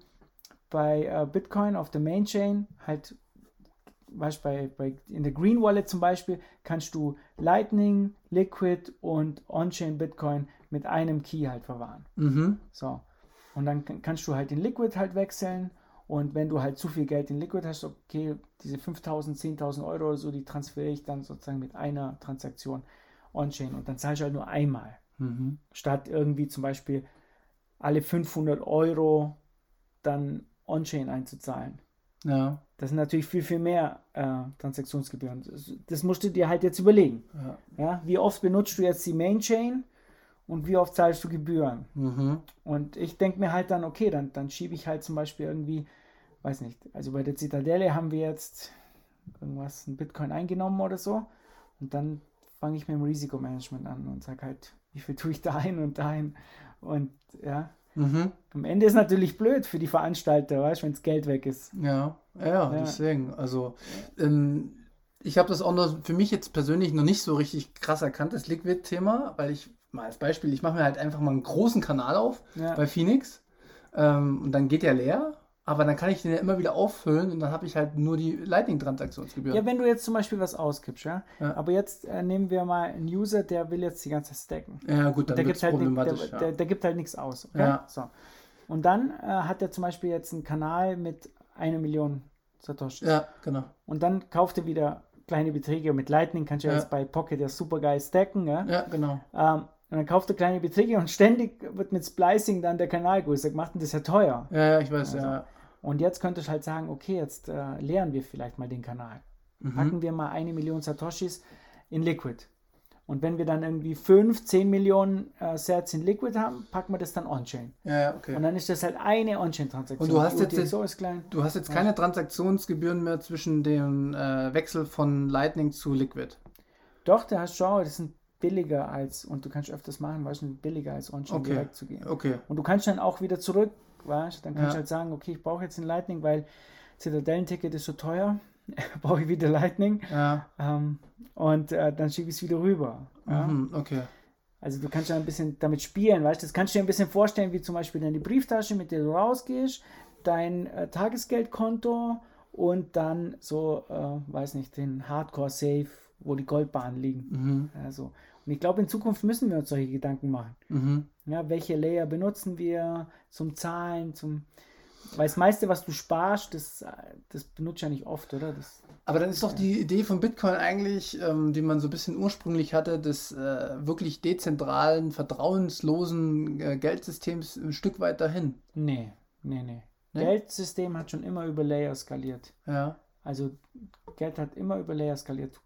bei Bitcoin auf der Main-Chain, halt, weißt du, in der Green Wallet zum Beispiel, kannst du Lightning, Liquid und On-Chain Bitcoin mit einem Key halt verwahren. So. Und dann kannst du halt in Liquid halt wechseln, und wenn du halt zu viel Geld in Liquid hast, okay, diese 5.000, 10.000 Euro oder so, die transferiere ich dann sozusagen mit einer Transaktion On-Chain, und dann zahlst du halt nur einmal. Statt irgendwie zum Beispiel alle 500 Euro dann On-Chain einzuzahlen. Ja. Das sind natürlich viel, viel mehr Transaktionsgebühren. Das musst du dir halt jetzt überlegen. Ja? Wie oft benutzt du jetzt die Main-Chain und wie oft zahlst du Gebühren? Und ich denke mir halt dann, okay, dann schiebe ich halt zum Beispiel irgendwie, weiß nicht, also bei der Zitadelle haben wir jetzt irgendwas, ein Bitcoin eingenommen oder so, und dann fange ich mit dem Risikomanagement an und sage halt, wie viel tue ich da ein und dahin, und ja. Am Ende ist natürlich blöd für die Veranstalter, weißt du, wenn das Geld weg ist. Ja, deswegen. Also, ich habe das auch noch für mich jetzt persönlich noch nicht so richtig krass erkannt, das Liquid-Thema, weil ich, mal als Beispiel, ich mache mir halt einfach mal einen großen Kanal auf bei Phoenix, und dann geht der leer, aber dann kann ich den ja immer wieder auffüllen, und dann habe ich halt nur die Lightning-Transaktionsgebühren. Ja, wenn du jetzt zum Beispiel was ausgibst, aber jetzt nehmen wir mal einen User, der will jetzt die ganze Zeit stacken. Ja gut, dann wird es problematisch. Der gibt halt nichts aus. Okay? Ja. So. Und dann hat er zum Beispiel jetzt einen Kanal mit 1 Million Satoshis. Ja, genau. Und dann kauft er wieder kleine Beträge. Mit Lightning kannst du jetzt bei Pocket ja super geil stacken. Ja, genau. Und dann kauft er kleine Beträge, und ständig wird mit Splicing dann der Kanal größer gemacht, und das ist ja teuer. Ja, ich weiß, Also, und jetzt könntest du halt sagen, okay, jetzt leeren wir vielleicht mal den Kanal. Packen wir mal 1 Million Satoshis in Liquid. Und wenn wir dann irgendwie 5, 10 Millionen Sats in Liquid haben, packen wir das dann On-Chain. Ja, okay. Und dann ist das halt eine On-Chain-Transaktion. Und du hast ist jetzt keine Transaktionsgebühren mehr zwischen dem Wechsel von Lightning zu Liquid. Doch, da hast du schon, das sind billiger als, und du kannst öfters machen, weißt du, billiger als On-Chain direkt zu gehen. Okay. Und du kannst dann auch wieder zurück, weißt du, dann kannst du halt sagen, okay, ich brauche jetzt ein Lightning, weil Zitadellen-Ticket ist so teuer, brauche ich wieder Lightning. Ja. Und dann schiebe ich es wieder rüber. Ja? Okay. Also du kannst ja ein bisschen damit spielen, weißt du, das kannst du dir ein bisschen vorstellen, wie zum Beispiel deine Brieftasche, mit der du rausgehst, dein Tagesgeldkonto und dann so, weiß nicht, den Hardcore-Safe, wo die Goldbahnen liegen. Also, und ich glaube, in Zukunft müssen wir uns solche Gedanken machen. Ja, welche Layer benutzen wir zum Zahlen, weil das meiste, was du sparst, das benutzt ja nicht oft, oder? Aber dann ist doch die Idee von Bitcoin eigentlich, die man so ein bisschen ursprünglich hatte, des wirklich dezentralen, vertrauenslosen Geldsystems ein Stück weit dahin. Nee. Geldsystem hat schon immer über Layer skaliert. Ja. Also Geld hat immer über Layer skaliert.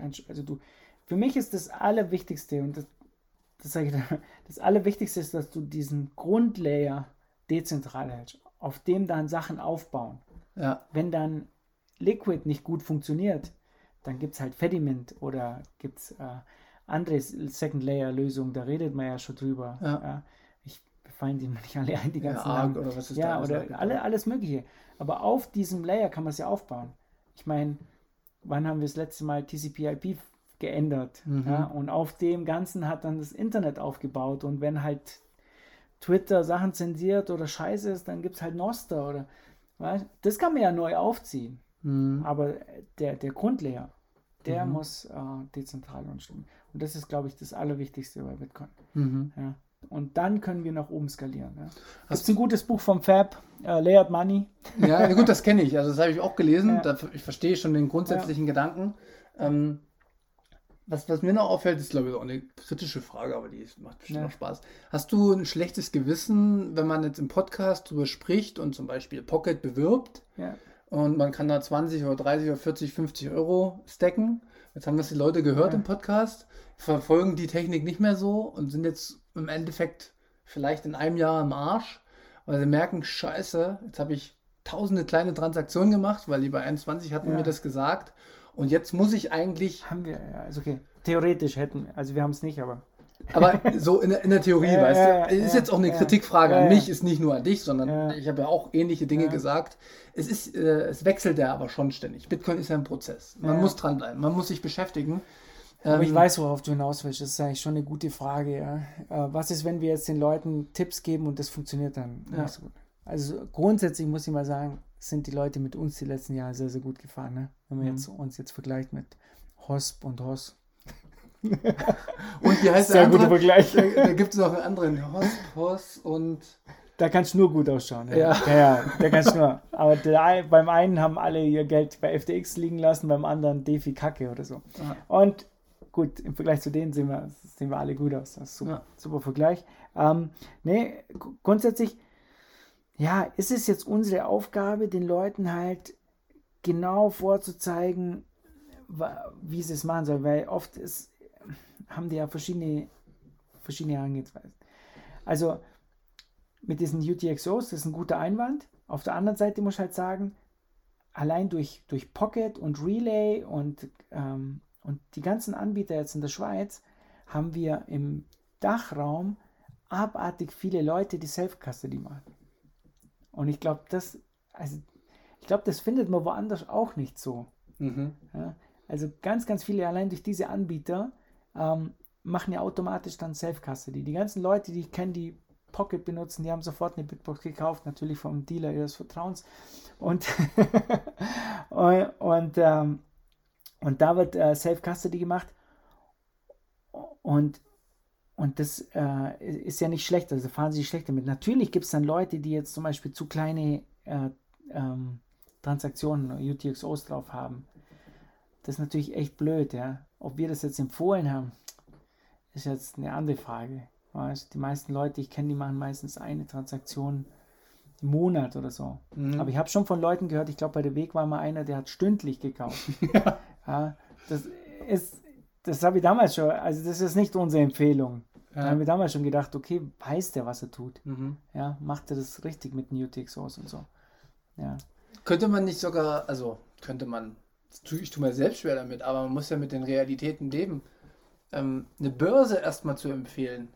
Für mich ist das Allerwichtigste, und das sage ich da, das Allerwichtigste ist, dass du diesen Grundlayer dezentral hältst, auf dem dann Sachen aufbauen. Ja. Wenn dann Liquid nicht gut funktioniert, dann gibt es halt Fedimint oder gibt es andere Second-Layer-Lösungen, da redet man ja schon drüber. Ja. Wir fallen die nicht alle ein, die ganzen Arc oder was ist da? Oder alles Mögliche. Aber auf diesem Layer kann man es ja aufbauen. Ich meine, wann haben wir das letzte Mal TCP/IP geändert? Ja? Und auf dem Ganzen hat dann das Internet aufgebaut. Und wenn halt Twitter Sachen zensiert oder scheiße ist, dann gibt es halt Nostr oder, weißt? Das kann man ja neu aufziehen. Aber der Grundlayer, der muss dezentral stimmen. Und das ist, glaube ich, das Allerwichtigste bei Bitcoin. Ja. Und dann können wir nach oben skalieren. Ja. Das ist ein gutes Buch vom Fab, Layered Money. Ja, gut, das kenne ich. Also das habe ich auch gelesen. Ja. Ich verstehe schon den grundsätzlichen Gedanken. Was mir noch auffällt, ist, glaube ich, auch eine kritische Frage, aber die macht bestimmt noch Spaß. Hast du ein schlechtes Gewissen, wenn man jetzt im Podcast drüber spricht und zum Beispiel Pocket bewirbt und man kann da 20 oder 30 oder 40, 50 Euro stacken? Jetzt haben das die Leute gehört im Podcast, verfolgen die Technik nicht mehr so und sind jetzt im Endeffekt vielleicht in einem Jahr im Arsch, weil sie merken, scheiße, jetzt habe ich tausende kleine Transaktionen gemacht, weil die bei 21 hatten mir das gesagt. Und jetzt muss ich eigentlich... Haben wir, ja, ist okay. Theoretisch hätten, also wir haben es nicht, aber... Aber so in der Theorie, weißt du, ist jetzt auch eine Kritikfrage an mich, ist nicht nur an dich, sondern ich habe ja auch ähnliche Dinge gesagt. Es wechselt ja aber schon ständig. Bitcoin ist ja ein Prozess. Man muss dranbleiben, man muss sich beschäftigen. Aber ich weiß, worauf du hinaus willst. Das ist eigentlich schon eine gute Frage. Ja. Was ist, wenn wir jetzt den Leuten Tipps geben und das funktioniert dann nicht so gut? Also grundsätzlich muss ich mal sagen, sind die Leute mit uns die letzten Jahre sehr, sehr gut gefahren. Ne? Wenn man uns jetzt vergleicht mit Hosp und Hoss. Und wie heißt der andere? Sehr guter Vergleich. Da gibt es noch einen anderen. Hoss und... Da kannst du nur gut ausschauen. Ja, da kannst du nur. Aber beim einen haben alle ihr Geld bei FTX liegen lassen, beim anderen DeFi Kacke oder so. Ja. Und gut, im Vergleich zu denen sehen wir alle gut aus. Das ist super Vergleich. Grundsätzlich, ist es jetzt unsere Aufgabe, den Leuten halt genau vorzuzeigen, wie sie es machen sollen, weil oft haben die ja verschiedene Herangehensweisen. Also mit diesen UTXOs, das ist ein guter Einwand. Auf der anderen Seite muss ich halt sagen, allein durch Pocket und Relay und die ganzen Anbieter jetzt in der Schweiz haben wir im Dachraum abartig viele Leute, die Self-Custody machen. Und ich glaube, das findet man woanders auch nicht so. Ja, also ganz, ganz viele allein durch diese Anbieter machen ja automatisch dann Self-Custody. Die ganzen Leute, die ich kenne, die Pocket benutzen, die haben sofort eine Bitbox gekauft, natürlich vom Dealer ihres Vertrauens. Und da wird Self-Custody gemacht. Und das ist ja nicht schlecht, also fahren sie schlecht damit. Natürlich gibt es dann Leute, die jetzt zum Beispiel zu kleine Transaktionen, UTXOs drauf haben. Das ist natürlich echt blöd, ja. Ob wir das jetzt empfohlen haben, ist jetzt eine andere Frage. Weißt? Die meisten Leute, ich kenne, die machen meistens eine Transaktion im Monat oder so. Aber ich habe schon von Leuten gehört, ich glaube, bei der Weg war mal einer, der hat stündlich gekauft. Das habe ich damals schon, also das ist nicht unsere Empfehlung. Da haben wir damals schon gedacht, okay, weiß der, was er tut? Ja, macht er das richtig mit den UTXOs und so? Ja. Könnte man nicht sogar, ich tue mir selbst schwer damit, aber man muss ja mit den Realitäten leben, eine Börse erstmal zu empfehlen,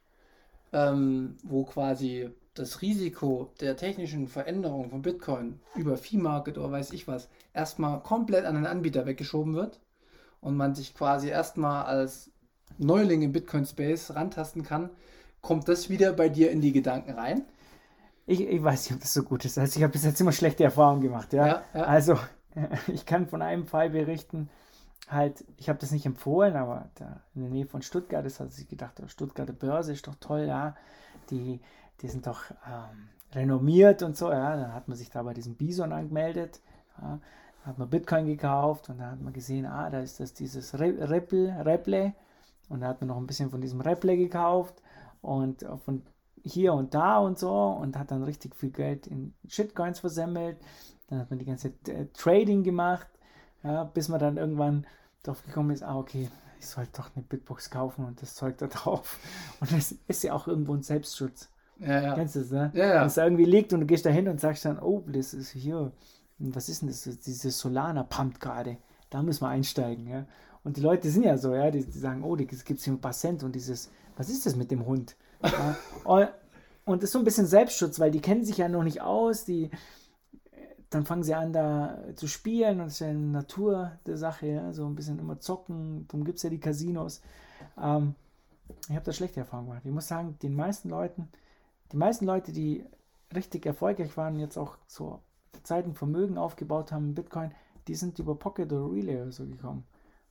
wo quasi das Risiko der technischen Veränderung von Bitcoin über Fee-Market oder weiß ich was erstmal komplett an den Anbieter weggeschoben wird und man sich quasi erstmal als Neuling im Bitcoin-Space rantasten kann, kommt das wieder bei dir in die Gedanken rein? Ich weiß nicht, ob das so gut ist. Also ich habe bis jetzt immer schlechte Erfahrungen gemacht. Ja? Also ich kann von einem Fall berichten, halt, ich habe das nicht empfohlen, aber da in der Nähe von Stuttgart ist, hat sich gedacht, Stuttgarter Börse ist doch toll, ja, die sind doch renommiert und so, ja, dann hat man sich da bei diesem Bison angemeldet, ja, hat man Bitcoin gekauft und dann hat man gesehen, da ist das dieses Ripple und da hat man noch ein bisschen von diesem Ripple gekauft und von hier und da und so und hat dann richtig viel Geld in Shitcoins versemmelt, dann hat man die ganze Trading gemacht, ja, bis man dann irgendwann drauf gekommen ist, okay, ich sollte doch eine Bitbox kaufen und das Zeug da drauf. Und das ist ja auch irgendwo ein Selbstschutz. Ja. Kennst du das, ne? Ja. Wenn es da irgendwie liegt und du gehst da hin und sagst dann, das ist hier, was ist denn das? Diese Solana pumpt gerade. Da müssen wir einsteigen, ja. Und die Leute sind ja so, ja, die sagen, das gibt es hier ein paar Cent und was ist das mit dem Hund? Ja. Und das ist so ein bisschen Selbstschutz, weil die kennen sich ja noch nicht aus, dann fangen sie an, da zu spielen und das ist ja eine Natur der Sache, ja? So ein bisschen immer zocken, darum gibt es ja die Casinos. Ich habe da schlechte Erfahrungen gemacht. Ich muss sagen, die meisten Leute, die richtig erfolgreich waren, jetzt auch so Zeiten Vermögen aufgebaut haben, Bitcoin, die sind über Pocket oder Relay oder so gekommen.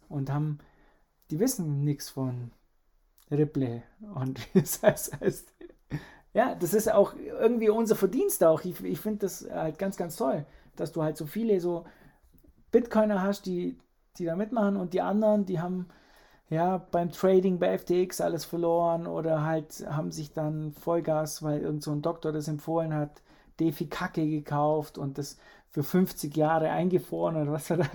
und die wissen nichts von Ripley und wie es heißt. Ja, das ist auch irgendwie unser Verdienst auch. Ich finde das halt ganz, ganz toll, dass du halt so viele so Bitcoiner hast, die da mitmachen und die anderen, die haben ja beim Trading bei FTX alles verloren oder halt haben sich dann Vollgas, weil irgend so ein Doktor das empfohlen hat, DeFi Kacke gekauft und das für 50 Jahre eingefroren oder was war da?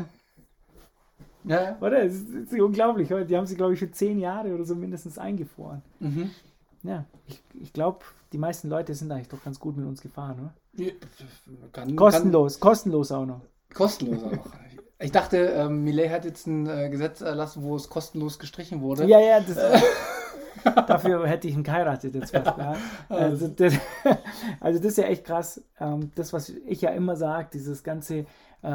Ja. Oder? Das ist unglaublich. Die haben sie, glaube ich, für 10 Jahre oder so mindestens eingefroren. Mhm. Ja, ich glaube, die meisten Leute sind eigentlich doch ganz gut mit uns gefahren, oder? Ja, Kostenlos auch noch. Kostenlos auch noch. Ich dachte, Milei hat jetzt ein Gesetz erlassen, wo es kostenlos gestrichen wurde. Ja, dafür hätte ich ihn geheiratet jetzt fast. Ja. Also das ist ja echt krass. Das, was ich ja immer sage, dieses ganze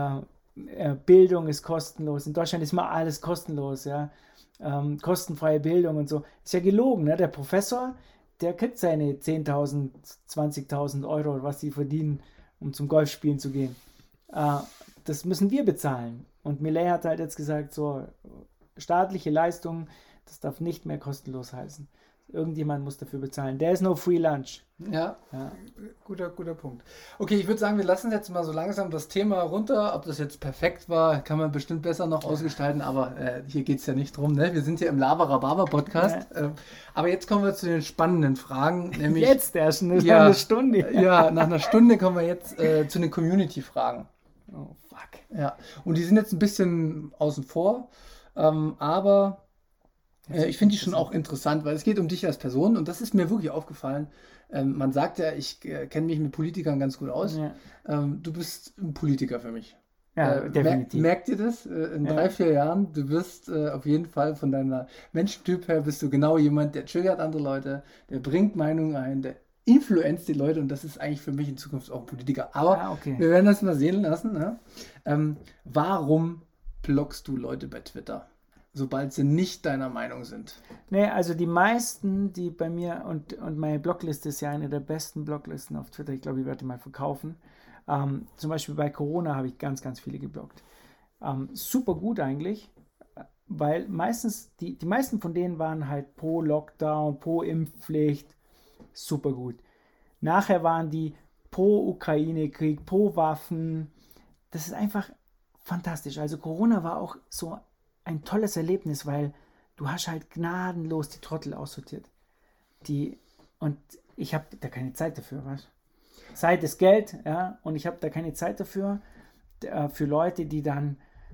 Bildung ist kostenlos. In Deutschland ist immer alles kostenlos, ja. Kostenfreie Bildung und so. Ist ja gelogen, ne? Der Professor, der kriegt seine 10.000, 20.000 Euro, was sie verdienen, um zum Golfspielen zu gehen. Das müssen wir bezahlen. Und Milei hat halt jetzt gesagt, so staatliche Leistungen, das darf nicht mehr kostenlos heißen. Irgendjemand muss dafür bezahlen. There is no free lunch. Ja. Guter Punkt. Okay, ich würde sagen, wir lassen jetzt mal so langsam das Thema runter. Ob das jetzt perfekt war, kann man bestimmt besser noch ausgestalten, aber hier geht es ja nicht drum. Ne? Wir sind hier im Laber-Rhabarber-Podcast. Ja. Aber jetzt kommen wir zu den spannenden Fragen. Nämlich, jetzt erst, nach einer Stunde. Ja, nach einer Stunde kommen wir jetzt zu den Community-Fragen. Oh, fuck. Ja, und die sind jetzt ein bisschen außen vor, aber ich finde die schon auch interessant, weil es geht um dich als Person und das ist mir wirklich aufgefallen. Man sagt ja, ich kenne mich mit Politikern ganz gut aus. Ja. Du bist ein Politiker für mich. Ja, definitiv. Merkt ihr das? In 3-4 Jahren, du wirst auf jeden Fall von deiner Menschentyp her, bist du genau jemand, der triggert andere Leute, der bringt Meinungen ein, der influenzt die Leute und das ist eigentlich für mich in Zukunft auch ein Politiker. Aber wir werden das mal sehen lassen. Ne? Warum blockst du Leute bei Twitter, sobald sie nicht deiner Meinung sind? Nee, also die meisten, die bei mir, und meine Blockliste ist ja eine der besten Blocklisten auf Twitter, ich glaube, ich werde die mal verkaufen. Zum Beispiel bei Corona habe ich ganz, ganz viele geblockt. Super gut eigentlich, weil meistens, die meisten von denen waren halt pro Lockdown, pro Impfpflicht, super gut. Nachher waren die pro Ukraine-Krieg, pro Waffen. Das ist einfach fantastisch. Also Corona war auch so ein tolles Erlebnis, weil du hast halt gnadenlos die Trottel aussortiert. Und ich habe da keine Zeit dafür, was? Zeit ist Geld, ja, und ich habe da keine Zeit dafür, für Leute, die dann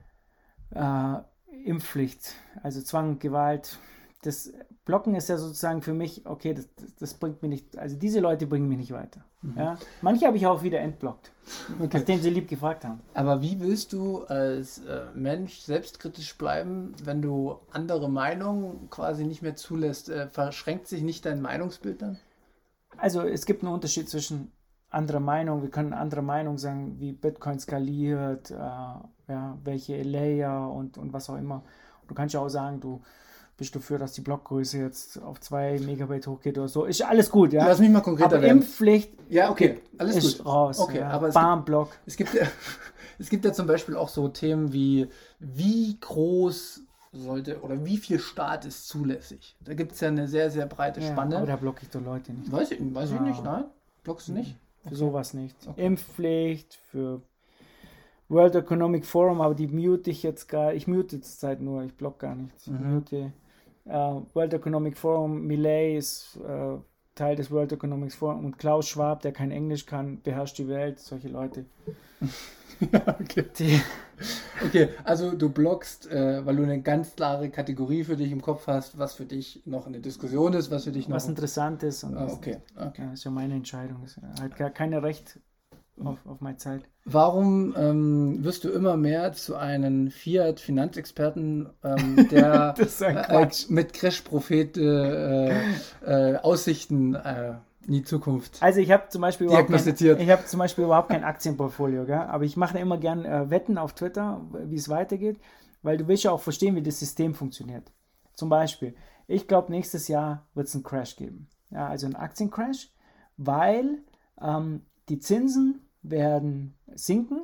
Impfpflicht, also Zwang, Gewalt, das Blocken ist ja sozusagen für mich, okay, das bringt mich nicht, also diese Leute bringen mich nicht weiter. Mhm. Ja? Manche habe ich auch wieder entblockt, nachdem sie lieb gefragt haben. Aber wie willst du als Mensch selbstkritisch bleiben, wenn du andere Meinungen quasi nicht mehr zulässt? Verschränkt sich nicht dein Meinungsbild dann? Also es gibt einen Unterschied zwischen anderer Meinung, wir können andere Meinung sagen, wie Bitcoin skaliert, welche Layer und was auch immer. Und du kannst ja auch sagen, du bist dafür, dass die Blockgröße jetzt auf 2 Megabyte hochgeht oder so. Ist alles gut, ja. Lass mich mal konkreter werden. Aber Impfpflicht ja, okay, alles ist gut. Raus. Okay, ja. aber Bam-Block. Es gibt ja zum Beispiel auch so Themen wie groß sollte oder wie viel Staat ist zulässig. Da gibt es ja eine sehr, sehr breite Spanne. Aber da blocke ich doch Leute nicht. Weiß ich nicht, nein. Blockst du nicht? Für sowas nicht. Okay. Impfpflicht, für World Economic Forum, aber die mute ich jetzt gar nicht. Ich mute jetzt Zeit nur, ich block gar nichts. Ich mute World Economic Forum, Milei ist Teil des World Economic Forum und Klaus Schwab, der kein Englisch kann, beherrscht die Welt, solche Leute. Ja, okay, also du blockst, weil du eine ganz klare Kategorie für dich im Kopf hast, was für dich noch eine Diskussion ist, was für dich noch... Was interessant ist. Und okay. Ja, ist ja meine Entscheidung. Ist halt gar keine Recht auf meine Zeit. Warum wirst du immer mehr zu einem Fiat-Finanzexperten, der mit Crash-Prophet Aussichten in die Zukunft also ich habe zum Beispiel überhaupt kein Aktienportfolio, gell? Aber ich mache immer gern Wetten auf Twitter, wie es weitergeht, weil du willst ja auch verstehen, wie das System funktioniert. Zum Beispiel, ich glaube, nächstes Jahr wird es einen Crash geben. Ja, also einen Aktiencrash, weil die Zinsen werden sinken,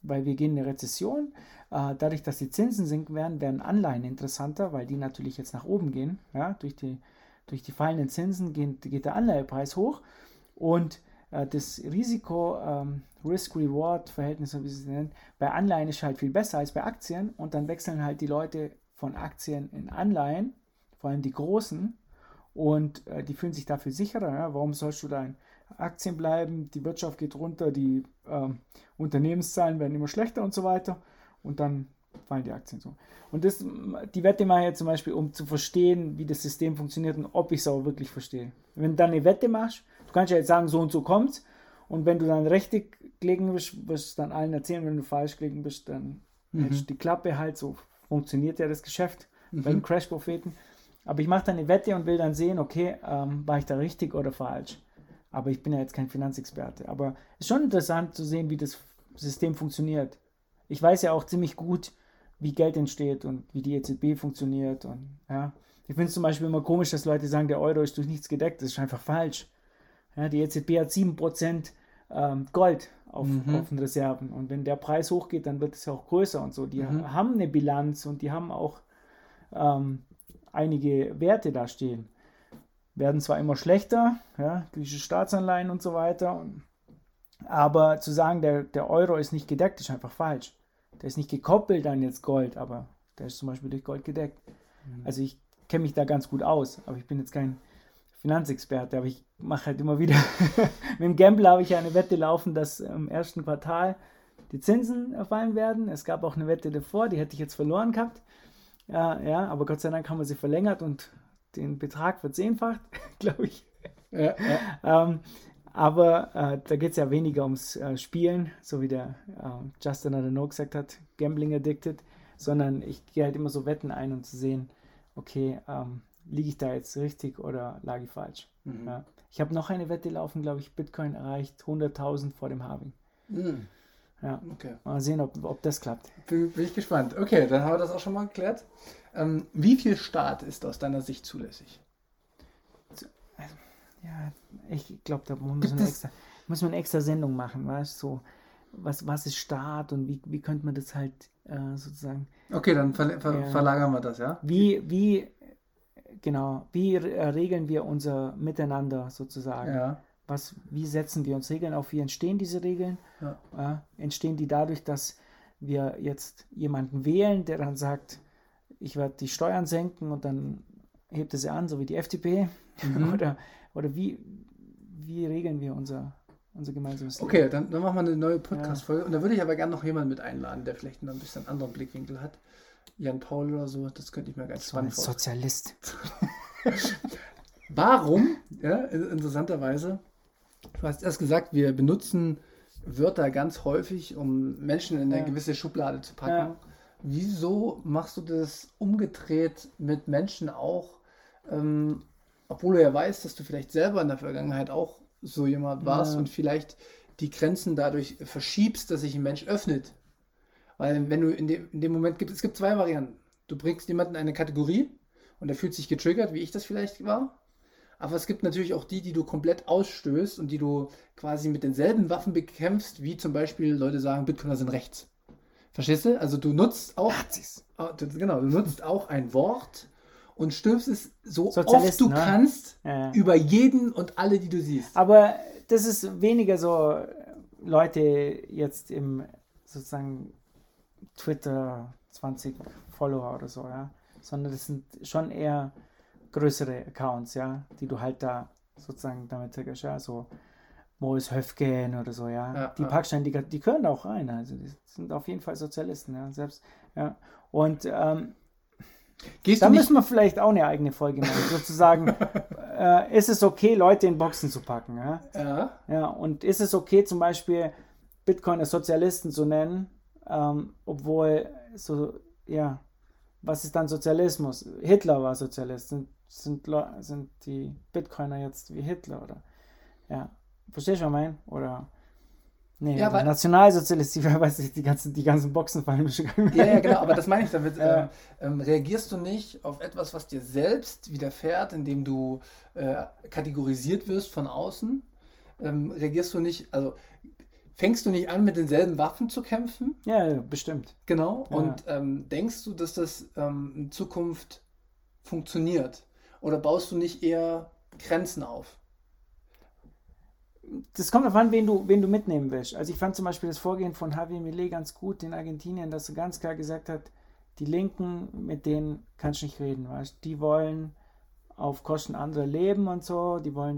weil wir gehen in eine Rezession. Dadurch, dass die Zinsen sinken werden Anleihen interessanter, weil die natürlich jetzt nach oben gehen. Ja? Durch die fallenden Zinsen geht der Anleihepreis hoch und das Risiko, Risk-Reward-Verhältnis, wie sie es nennen, bei Anleihen ist halt viel besser als bei Aktien und dann wechseln halt die Leute von Aktien in Anleihen, vor allem die großen, und die fühlen sich dafür sicherer. Ja? Warum sollst du da in Aktien bleiben? Die Wirtschaft geht runter, die Unternehmenszahlen werden immer schlechter und so weiter und dann fallen die Aktien so. Und die Wette mache ich jetzt zum Beispiel, um zu verstehen, wie das System funktioniert und ob ich es auch wirklich verstehe. Wenn du dann eine Wette machst, du kannst ja jetzt sagen, so und so kommt's, und wenn du dann richtig gelegen bist, wirst du dann allen erzählen, wenn du falsch gelegen bist, dann hältst du die Klappe halt, so funktioniert ja das Geschäft bei den Crash-Propheten. Aber ich mache dann eine Wette und will dann sehen, okay, war ich da richtig oder falsch? Aber ich bin ja jetzt kein Finanzexperte. Aber es ist schon interessant zu sehen, wie das System funktioniert. Ich weiß ja auch ziemlich gut, wie Geld entsteht und wie die EZB funktioniert. Und, ja. Ich finde es zum Beispiel immer komisch, dass Leute sagen, der Euro ist durch nichts gedeckt. Das ist einfach falsch. Ja, die EZB hat 7% Gold auf den Reserven. Und wenn der Preis hochgeht, dann wird es ja auch größer und so. Die haben eine Bilanz und die haben auch einige Werte da stehen. Werden zwar immer schlechter, ja, griechische Staatsanleihen und so weiter, aber zu sagen, der Euro ist nicht gedeckt, ist einfach falsch. Der ist nicht gekoppelt an jetzt Gold, aber der ist zum Beispiel durch Gold gedeckt. Also ich kenne mich da ganz gut aus, aber ich bin jetzt kein Finanzexperte, aber ich mache halt immer wieder, mit dem Gambler habe ich ja eine Wette laufen, dass im ersten Quartal die Zinsen fallen werden. Es gab auch eine Wette davor, die hätte ich jetzt verloren gehabt. Ja, aber Gott sei Dank haben wir sie verlängert und den Betrag verzehnfacht, glaube ich. Ja. Aber da geht es ja weniger ums Spielen, so wie der Justin Adeno gesagt hat, Gambling Addicted, sondern ich gehe halt immer so Wetten ein, um zu sehen, okay, liege ich da jetzt richtig oder lag ich falsch? Ja. Ich habe noch eine Wette laufen, glaube ich, Bitcoin erreicht 100.000 vor dem Halving. Ja, okay. Mal sehen, ob das klappt. Bin ich gespannt. Okay, dann haben wir das auch schon mal geklärt. Wie viel Staat ist aus deiner Sicht zulässig? Ja, ich glaube, da muss man eine extra Sendung machen, weißt du? So, was ist Staat und wie könnte man das halt sozusagen... Okay, dann verlagern wir das, ja? Wie regeln wir unser Miteinander sozusagen? Ja. Wie setzen wir uns Regeln auf? Wie entstehen diese Regeln? Ja. Entstehen die dadurch, dass wir jetzt jemanden wählen, der dann sagt, ich werde die Steuern senken und dann hebt er sie an, so wie die FDP? Oder wie regeln wir unser gemeinsames Leben? Okay, dann machen wir eine neue Podcast-Folge. Und da würde ich aber gerne noch jemanden mit einladen, der vielleicht noch ein bisschen anderen Blickwinkel hat. Jan Paul oder so, das könnte ich mir ganz spannend vorstellen. Sozialist. Warum, interessanterweise, du hast erst gesagt, wir benutzen Wörter ganz häufig, um Menschen in eine gewisse Schublade zu packen. Ja. Wieso machst du das umgedreht mit Menschen auch, obwohl du ja weißt, dass du vielleicht selber in der Vergangenheit auch so jemand warst und vielleicht die Grenzen dadurch verschiebst, dass sich ein Mensch öffnet? Weil wenn du in dem Moment es gibt zwei Varianten. Du bringst jemanden in eine Kategorie und der fühlt sich getriggert, wie ich das vielleicht war. Aber es gibt natürlich auch die du komplett ausstößt und die du quasi mit denselben Waffen bekämpfst, wie zum Beispiel Leute sagen, Bitcoiner sind rechts. Verstehst du? Also du nutzt auch ein Wort und stülpst es so oft du kannst über jeden und alle, die du siehst. Aber das ist weniger so Leute jetzt im sozusagen Twitter 20 Follower oder so, ja, sondern das sind schon eher größere Accounts, ja, die du halt da sozusagen damit triggst, ja, so Mois Höfgen oder so, ja, die packst dann, die gehören da auch rein, also die sind auf jeden Fall Sozialisten, ja, selbst, ja, und da müssen wir vielleicht auch eine eigene Folge machen, sozusagen, ist es okay, Leute in Boxen zu packen, ja, ja, und ist es okay, zum Beispiel Bitcoiner Sozialisten zu nennen, obwohl so, ja, was ist dann Sozialismus? Hitler war Sozialist, sind die Bitcoiner jetzt wie Hitler, oder? Ja, verstehst du, was ich meine? Oder, nee, ja, Nationalsozialist, ich weiß nicht, die ganzen Boxen fallen mir schon gar nicht. Ja, genau, aber das meine ich damit. Reagierst du nicht auf etwas, was dir selbst widerfährt, indem du kategorisiert wirst von außen? Reagierst du nicht, also fängst du nicht an, mit denselben Waffen zu kämpfen? Ja, bestimmt. Genau. Ja. Und denkst du, dass das in Zukunft funktioniert? Oder baust du nicht eher Grenzen auf? Das kommt darauf an, wen du mitnehmen willst. Also ich fand zum Beispiel das Vorgehen von Javier Milei ganz gut in Argentinien, dass er ganz klar gesagt hat, die Linken, mit denen kannst du nicht reden, weißt? Die wollen auf Kosten anderer leben und so, die wollen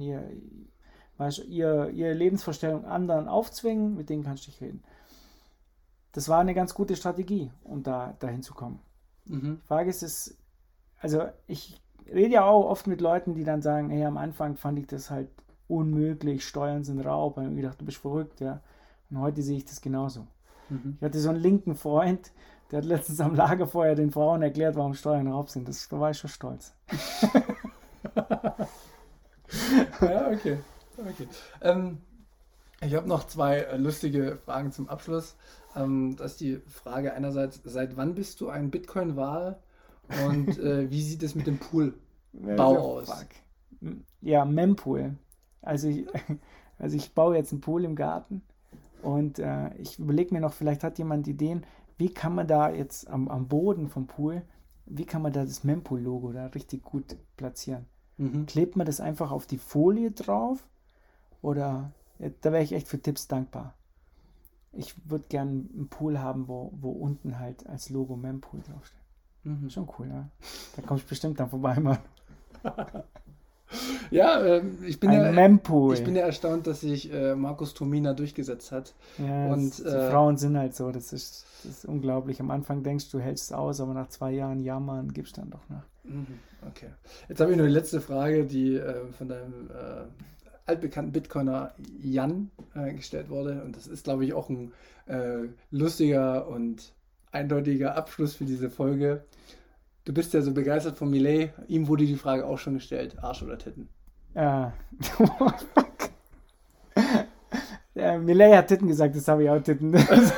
ihre Lebensvorstellung anderen aufzwingen, mit denen kannst du nicht reden. Das war eine ganz gute Strategie, um dahin zu kommen. Die Frage ist, also ich rede ja auch oft mit Leuten, die dann sagen, hey, am Anfang fand ich das halt unmöglich, Steuern sind Raub, ich habe gedacht, du bist verrückt, ja. Und heute sehe ich das genauso. Ich hatte so einen linken Freund, der hat letztens am Lagerfeuer den Frauen erklärt, warum Steuern Raub sind. Da war ich schon stolz. Ja, okay. Ich habe noch 2 lustige Fragen zum Abschluss. Das ist die Frage einerseits, seit wann bist du ein Bitcoin-Wal und wie sieht es mit dem Poolbau aus? Ja, Mempool. Also ich baue jetzt einen Pool im Garten und ich überlege mir noch, vielleicht hat jemand Ideen, wie kann man da jetzt am Boden vom Pool, wie kann man da das Mempool-Logo da richtig gut platzieren? Klebt man das einfach auf die Folie drauf? Oder, da wäre ich echt für Tipps dankbar. Ich würde gerne einen Pool haben, wo unten halt als Logo Mempool draufsteht. Schon cool, ja. Da kommst du bestimmt dann vorbei, Mann. Ja, ich bin ja erstaunt, dass sich Markus Tomina durchgesetzt hat. Ja, und die Frauen sind halt so, das ist unglaublich. Am Anfang denkst du, hältst es aus, aber nach 2 Jahren jammern, gibst dann doch nach. Okay. Jetzt habe ich noch die letzte Frage, die von deinem altbekannten Bitcoiner Jan gestellt wurde. Und das ist, glaube ich, auch ein lustiger und eindeutiger Abschluss für diese Folge. Du bist ja so begeistert von Milei. Ihm wurde die Frage auch schon gestellt. Arsch oder Titten? Ja. Milei hat Titten gesagt, das habe ich auch Titten.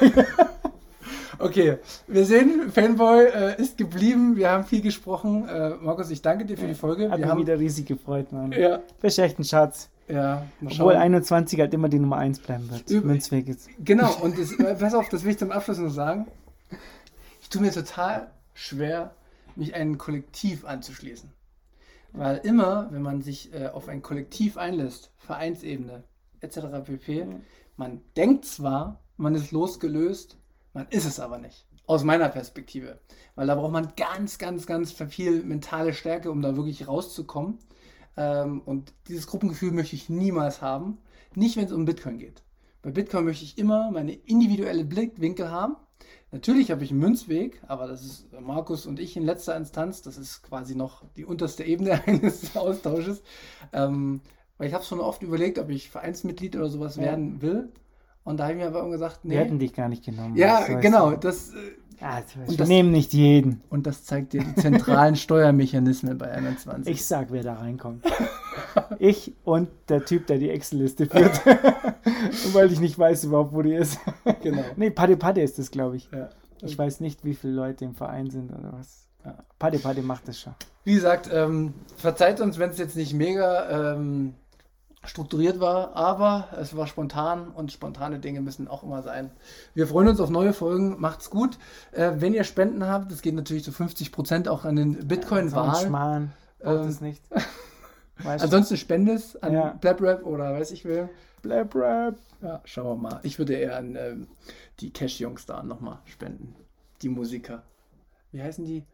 Okay, wir sehen, Fanboy ist geblieben. Wir haben viel gesprochen. Markus, ich danke dir für die Folge. Hat mich wieder riesig gefreut, Mann. Ja. Bist echt ein Schatz. Ja, obwohl 21 halt immer die Nummer 1 bleiben wird. Münzweg jetzt. Genau, und pass auf, das will ich zum Abschluss noch sagen. Ich tue mir total schwer, mich einem Kollektiv anzuschließen. Weil immer, wenn man sich auf ein Kollektiv einlässt, Vereinsebene etc. pp., man denkt zwar, man ist losgelöst, man ist es aber nicht. Aus meiner Perspektive. Weil da braucht man ganz, ganz, ganz viel mentale Stärke, um da wirklich rauszukommen. Und dieses Gruppengefühl möchte ich niemals haben. Nicht, wenn es um Bitcoin geht. Bei Bitcoin möchte ich immer meine individuelle Blickwinkel haben. Natürlich habe ich einen Münzweg, aber das ist Markus und ich in letzter Instanz. Das ist quasi noch die unterste Ebene eines Austausches. Weil ich habe schon oft überlegt, ob ich Vereinsmitglied oder sowas werden will. Und da habe ich mir aber immer gesagt, nee. Wir hätten dich gar nicht genommen. Ja, genau. Wir nehmen nicht jeden. Und das zeigt dir die zentralen Steuermechanismen bei 21. Ich sag, wer da reinkommt. Ich und der Typ, der die Excel-Liste führt. Weil ich nicht weiß überhaupt, wo die ist. Genau. Nee, Paddy ist das, glaube ich. Ja. Ich weiß nicht, wie viele Leute im Verein sind oder was. Ja. Paddy macht das schon. Wie gesagt, verzeiht uns, wenn es jetzt nicht mega strukturiert war, aber es war spontan und spontane Dinge müssen auch immer sein. Wir freuen uns auf neue Folgen, macht's gut. Wenn ihr Spenden habt, das geht natürlich zu 50% auch an den Bitcoin-Wahl. Schmarrn, das nicht. Ansonsten spendes an BlaBrap oder weiß ich wer. BlaBrap. Ja, schauen wir mal. Ich würde eher an die Cash-Jungs da nochmal spenden. Die Musiker. Wie heißen die?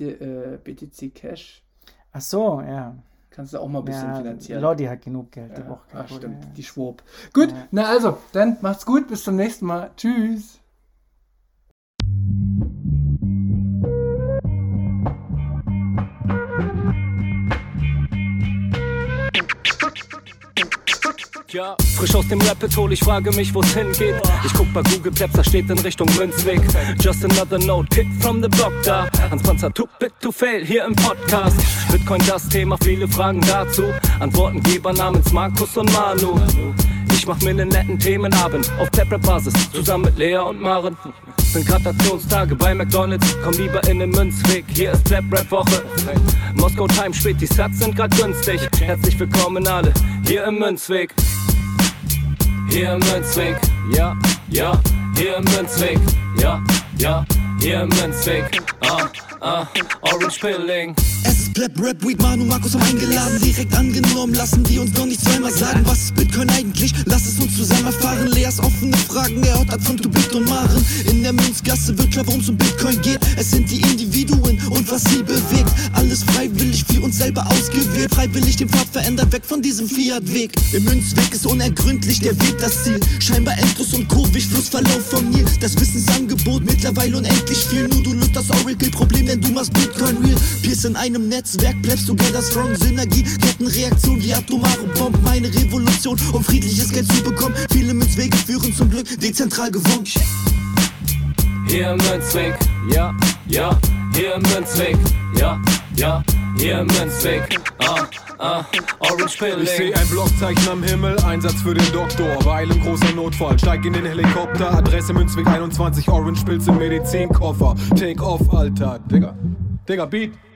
BTC Cash? Ach so, ja. Kannst du auch mal ein bisschen finanzieren. Lodi hat genug Geld. Ja, stimmt, die Schwob. Gut, na also, dann macht's gut, bis zum nächsten Mal. Tschüss. Ja, frisch aus dem Rapid-Hole, ich frage mich, wo's hingeht. Ich guck bei Google Maps, da steht in Richtung Münzweg. Just another note, kick from the block da. Hans Panzer, too big to fail, hier im Podcast. Bitcoin das Thema, viele Fragen dazu. Antwortengeber namens Markus und Manu. Ich mach mir nen netten Themenabend auf BlaBrap-Basis, zusammen mit Lea und Maren. Sind Gratationstage bei McDonalds, komm lieber in den Münzweg. Hier ist BlaBrap-Woche. Moskau Time spät, die Sats sind grad günstig. Herzlich willkommen alle, hier im Münzweg. Hier im Münzweg. ja, ja, hier im Münzweg, ja, ja, hier im Münzweg, Orange Pilling. Es ist Pleb, Rap, Weed, Manu, Markus haben eingeladen. Direkt angenommen, lassen die uns noch nicht zweimal sagen. Was ist Bitcoin eigentlich? Lass es uns zusammen erfahren. Leas offene Fragen, er haut ab von Tubit und Maren. In der Münzgasse wird klar, worum es um Bitcoin geht. Es sind die Individuen und was sie bewegt. Alles freiwillig für uns selber ausgewählt. Freiwillig den Pfad verändert, weg von diesem Fiat-Weg. Im Münzweg ist unergründlich der Weg das Ziel. Scheinbar endlos und kurvig, Flussverlauf vom Nil. Das Wissensangebot mittlerweile unendlich viel. Nur du löst das Oracle-Problem, denn du machst Bitcoin real. Peers in einem Netzwerk, bleibst together strong. Synergie, Kettenreaktion wie atomare Bomben. Meine Revolution, um friedliches Geld zu bekommen. Viele Münzwege führen zum Glück, dezentral gewonnen. Hier im Münzweg, ja, ja, hier im Münzweg, ja, ja, hier im Münzweg, Orange Pilling. Ich seh ein Blockzeichen am Himmel, Einsatz für den Doktor. Weil im großer Notfall, steig in den Helikopter. Adresse Münzweg 21, Orange Pilz im Medizinkoffer. Take off, Alter, Digga, Beat.